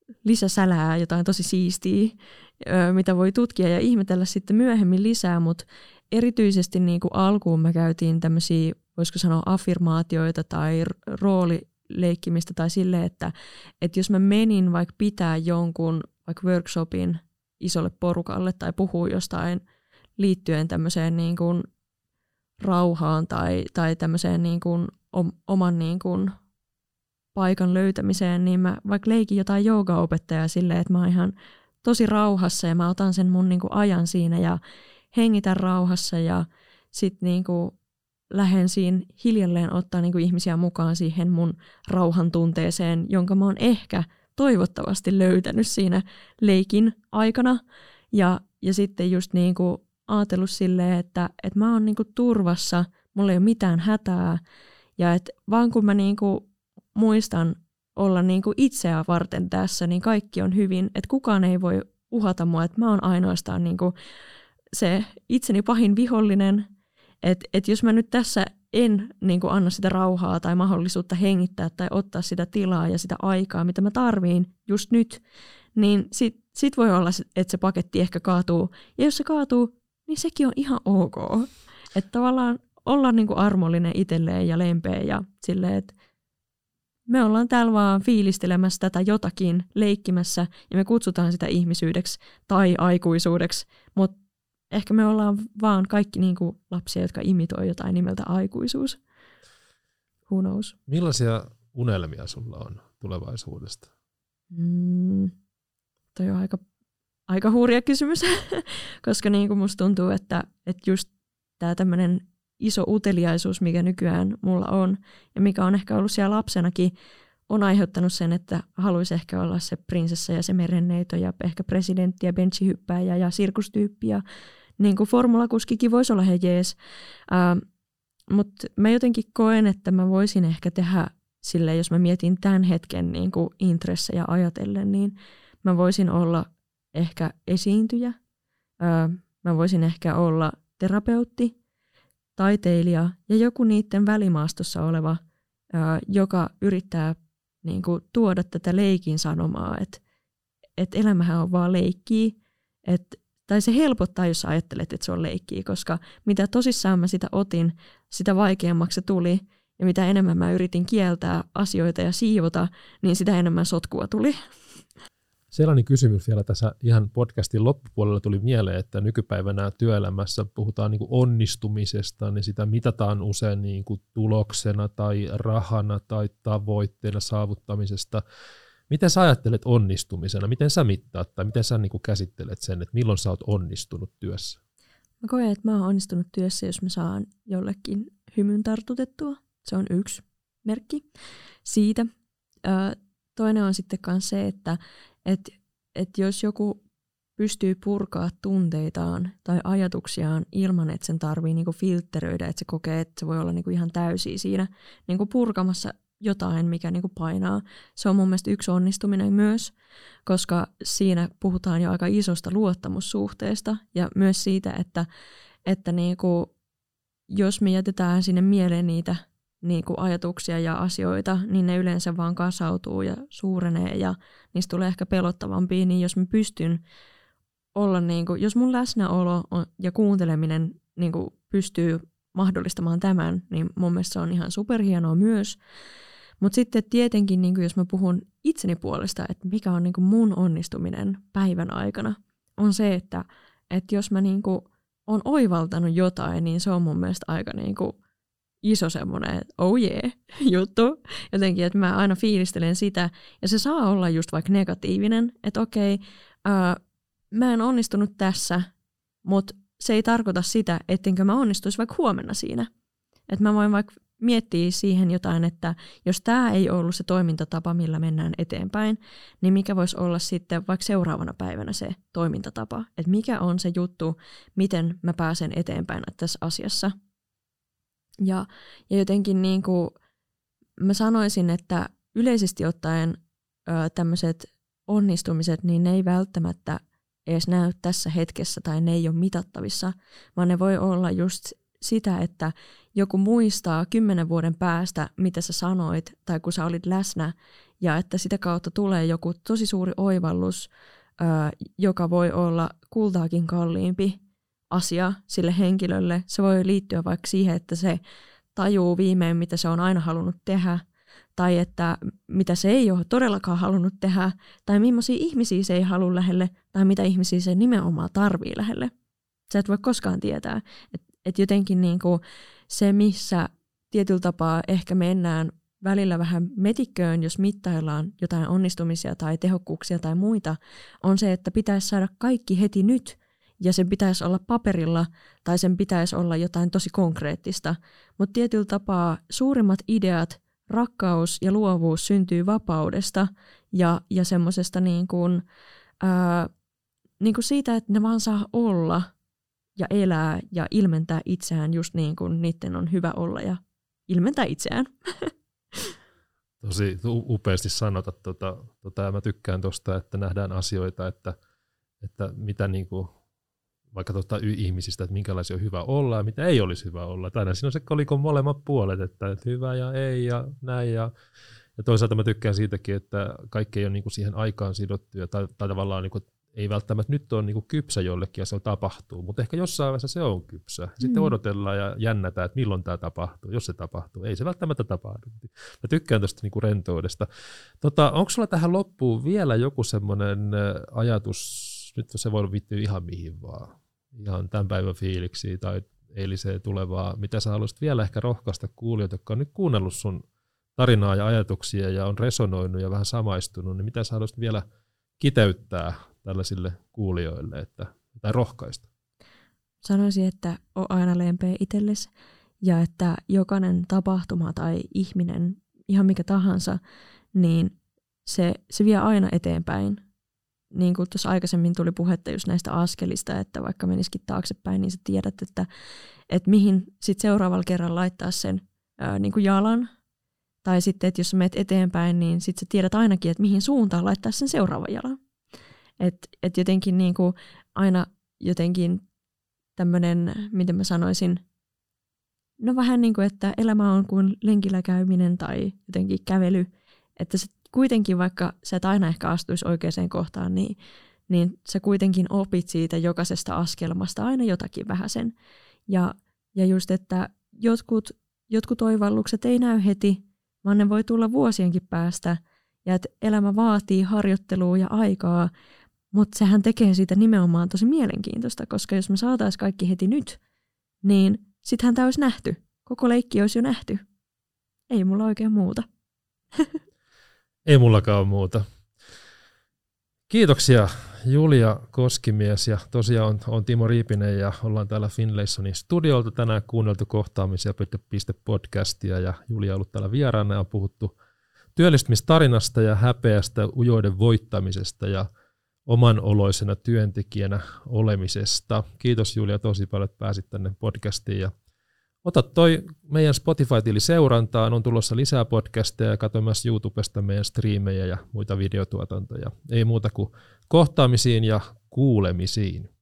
lisäsälää, jotain tosi siistiä, mitä voi tutkia ja ihmetellä sitten myöhemmin lisää, mutta erityisesti niin kuin alkuun me käytiin tämmöisiä, voisiko sanoa affirmaatioita tai roolileikkimistä tai silleen, että, että jos mä menin vaikka pitää jonkun vaikka workshopin isolle porukalle tai puhuu jostain liittyen tämmöiseen niin kuin rauhaan tai, tai tämmöiseen niin kuin oman niin kuin paikan löytämiseen, niin mä vaikka leikin jotain joogaopettajaa silleen, että mä oon ihan tosi rauhassa ja mä otan sen mun niin kuin ajan siinä ja hengitän rauhassa ja sit niin kuin lähden siinä hiljalleen ottaa niin kuin ihmisiä mukaan siihen mun rauhan tunteeseen, jonka mä oon ehkä toivottavasti löytänyt siinä leikin aikana. Ja, ja sitten just niin kuin ajatellut silleen, että, että mä oon niin kuin turvassa, mulla ei ole mitään hätää. Ja että vaan kun mä niin kuin muistan olla niin kuin itseä varten tässä, niin kaikki on hyvin. Että kukaan ei voi uhata mua, että mä oon ainoastaan niin kuin se itseni pahin vihollinen. Että et jos mä nyt tässä en niin kuin anna sitä rauhaa tai mahdollisuutta hengittää tai ottaa sitä tilaa ja sitä aikaa, mitä mä tarviin just nyt, niin sit, sit voi olla, että se paketti ehkä kaatuu. Ja jos se kaatuu, niin sekin on ihan ok. Että tavallaan olla niin kuin armollinen itselleen ja lempeä ja silleen, että me ollaan täällä vaan fiilistelemässä tätä jotakin, leikkimässä ja me kutsutaan sitä ihmisyydeksi tai aikuisuudeksi, mutta ehkä me ollaan vaan kaikki niin kuin lapsia, jotka imitoi jotain nimeltä aikuisuus. Who knows? Millaisia unelmia sulla on tulevaisuudesta? Mm, toi on aika, aika hurja kysymys, koska niin kuin musta tuntuu, että, että just tää tämmönen iso uteliaisuus, mikä nykyään mulla on, ja mikä on ehkä ollut siellä lapsenakin, on aiheuttanut sen, että haluaisi ehkä olla se prinsessa ja se merenneito ja ehkä presidentti ja benchihyppääjä ja sirkustyyppi ja niin kuin formulakuskikin voisi olla he jees. Ähm, mutta mä jotenkin koen, että mä voisin ehkä tehdä sille, jos mä mietin tämän hetken niin kuin intressejä ajatellen, niin mä voisin olla ehkä esiintyjä, äh, mä voisin ehkä olla terapeutti, taiteilija ja joku niiden välimaastossa oleva, äh, joka yrittää niin kuin tuoda tätä leikin sanomaa, että, että elämähän on vaan leikkiä, että, tai se helpottaa, jos ajattelet, että se on leikkiä, koska mitä tosissaan mä sitä otin, sitä vaikeammaksi se tuli, ja mitä enemmän mä yritin kieltää asioita ja siivota, niin sitä enemmän sotkua tuli. Sellainen kysymys vielä tässä ihan podcastin loppupuolella tuli mieleen, että nykypäivänä työelämässä puhutaan niin kuin onnistumisesta, niin sitä mitataan usein niin kuin tuloksena tai rahana tai tavoitteena saavuttamisesta. Miten sä ajattelet onnistumisena? Miten sä mittaat tai miten sä niin kuin käsittelet sen, että milloin sä oot onnistunut työssä? Mä koen, että mä oon onnistunut työssä, jos mä saan jollekin hymyn tartutettua. Se on yksi merkki siitä. Toinen on sitten myös se, että Että et jos joku pystyy purkaa tunteitaan tai ajatuksiaan ilman, että sen tarvii niinku filtteröidä, että se kokee, että se voi olla niinku ihan täysiä siinä niinku purkamassa jotain, mikä niinku painaa. Se on mun mielestä yksi onnistuminen myös, koska siinä puhutaan jo aika isosta luottamussuhteesta ja myös siitä, että, että niinku, jos me jätetään sinne mieleen niitä niin kuin ajatuksia ja asioita, niin ne yleensä vaan kasautuu ja suurenee ja niistä tulee ehkä pelottavampia, niin jos mä pystyn olla, niin kuin, jos mun läsnäolo on, ja kuunteleminen niin kuin pystyy mahdollistamaan tämän, niin mun mielestä se on ihan superhienoa myös. Mutta sitten tietenkin, niin kuin jos mä puhun itseni puolesta, että mikä on niin kuin mun onnistuminen päivän aikana, on se, että, että jos mä niin kuin on oivaltanut jotain, niin se on mun mielestä aika niin kuin iso semmoinen, oh yeah, juttu. Jotenkin, että mä aina fiilistelen sitä. Ja se saa olla just vaikka negatiivinen, että okei, ää, mä en onnistunut tässä, mutta se ei tarkoita sitä, ettenkö mä onnistuisi vaikka huomenna siinä. Että mä voin vaikka miettiä siihen jotain, että jos tämä ei ollut se toimintatapa, millä mennään eteenpäin, niin mikä voisi olla sitten vaikka seuraavana päivänä se toimintatapa. Että mikä on se juttu, miten mä pääsen eteenpäin tässä asiassa. Ja, ja jotenkin niin kuin mä sanoisin, että yleisesti ottaen tämmöiset onnistumiset, niin ne ei välttämättä edes näy tässä hetkessä tai ne ei ole mitattavissa, vaan ne voi olla just sitä, että joku muistaa kymmenen vuoden päästä, mitä sä sanoit, tai kun sä olit läsnä ja että sitä kautta tulee joku tosi suuri oivallus, ää, joka voi olla kultaakin kalliimpi asia sille henkilölle. Se voi liittyä vaikka siihen, että se tajuu viimein, mitä se on aina halunnut tehdä, tai että mitä se ei ole todellakaan halunnut tehdä, tai millaisia ihmisiä se ei halua lähelle, tai mitä ihmisiä se nimenomaan tarvii lähelle. Sä et voi koskaan tietää. Että et jotenkin niinku se, missä tietyllä tapaa ehkä mennään välillä vähän metikköön, jos mittaillaan jotain onnistumisia tai tehokkuuksia tai muita, on se, että pitäisi saada kaikki heti nyt, ja sen pitäisi olla paperilla, tai sen pitäisi olla jotain tosi konkreettista. Mutta tietyllä tapaa suurimmat ideat, rakkaus ja luovuus syntyy vapaudesta ja, ja semmoisesta niin kuin, ää, niin kuin siitä, että ne vaan saa olla ja elää ja ilmentää itseään just niin kuin niiden on hyvä olla ja ilmentää itseään. Tosi upeasti sanota. Tota, tota, ja mä tykkään tuosta, että nähdään asioita, että, että mitä niinku, vaikka tuota ihmisistä, että minkälaisia on hyvä olla ja mitä ei olisi hyvä olla. Aina siinä on se kolikon molemmat puolet, että, että hyvä ja ei ja näin. Ja, ja toisaalta mä tykkään siitäkin, että kaikki ei ole niinku siihen aikaan sidottu tai, tai tavallaan niinku, ei välttämättä nyt ole niinku kypsä jollekin ja se tapahtuu, mutta ehkä jossain vaiheessa se on kypsä. Sitten mm. odotellaan ja jännätään, että milloin tämä tapahtuu, jos se tapahtuu. Ei se välttämättä tapahdu. Mä tykkään tuosta niinku rentoudesta. Tota, onko sulla tähän loppuun vielä joku semmoinen ajatus, nyt se voi liittyä ihan mihin vaan, ihan tämän päivän fiiliksiin tai eiliseen tulevaa, mitä sä haluaisit vielä ehkä rohkaista kuulijoita, jotka on nyt kuunnellut sun tarinaa ja ajatuksia ja on resonoinut ja vähän samaistunut, niin mitä sä haluaisit vielä kiteyttää tällaisille kuulijoille, että, tai rohkaista? Sanoisin, että on aina lempeä itsellesi ja että jokainen tapahtuma tai ihminen, ihan mikä tahansa, niin se, se vie aina eteenpäin. Niin kuin tuossa aikaisemmin tuli puhetta just näistä askelista, että vaikka menisikin taaksepäin, niin sä tiedät, että, että mihin sit seuraavalla kerralla laittaa sen ää, niin kuin jalan. Tai sitten, että jos sä menet eteenpäin, niin sit sä tiedät ainakin, että mihin suuntaan laittaa sen seuraavan jalan. Että et jotenkin niin kuin aina jotenkin tämmöinen, miten mä sanoisin, no vähän niin kuin, että elämä on kuin lenkillä käyminen tai jotenkin kävely, että se kuitenkin, vaikka sä et aina ehkä astuisi oikeaan kohtaan, niin, niin sä kuitenkin opit siitä jokaisesta askelmasta aina jotakin vähäsen. Ja, ja just, että jotkut, jotkut oivallukset ei näy heti, vaan ne voi tulla vuosienkin päästä, ja että elämä vaatii harjoittelua ja aikaa, mutta sehän tekee siitä nimenomaan tosi mielenkiintoista, koska jos me saataisiin kaikki heti nyt, niin sittenhän tämä olisi nähty. Koko leikki olisi jo nähty. Ei mulla oikein muuta. Ei mullakaan muuta. Kiitoksia Julia Koskimies ja tosiaan on, on Timo Riipinen ja ollaan täällä Finlaysonin studiolta tänään kuunneltu kohtaamisia piste podcastia ja Julia on ollut täällä vieraana ja on puhuttu työllistymistarinasta ja häpeästä, ujoiden voittamisesta ja oman oloisena työntekijänä olemisesta. Kiitos Julia tosi paljon, että pääsit tänne podcastiin ja ota toi meidän Spotify-tili seurantaan, on tulossa lisää podcasteja ja katso myös YouTubesta meidän striimejä ja muita videotuotantoja. Ei muuta kuin kohtaamisiin ja kuulemisiin.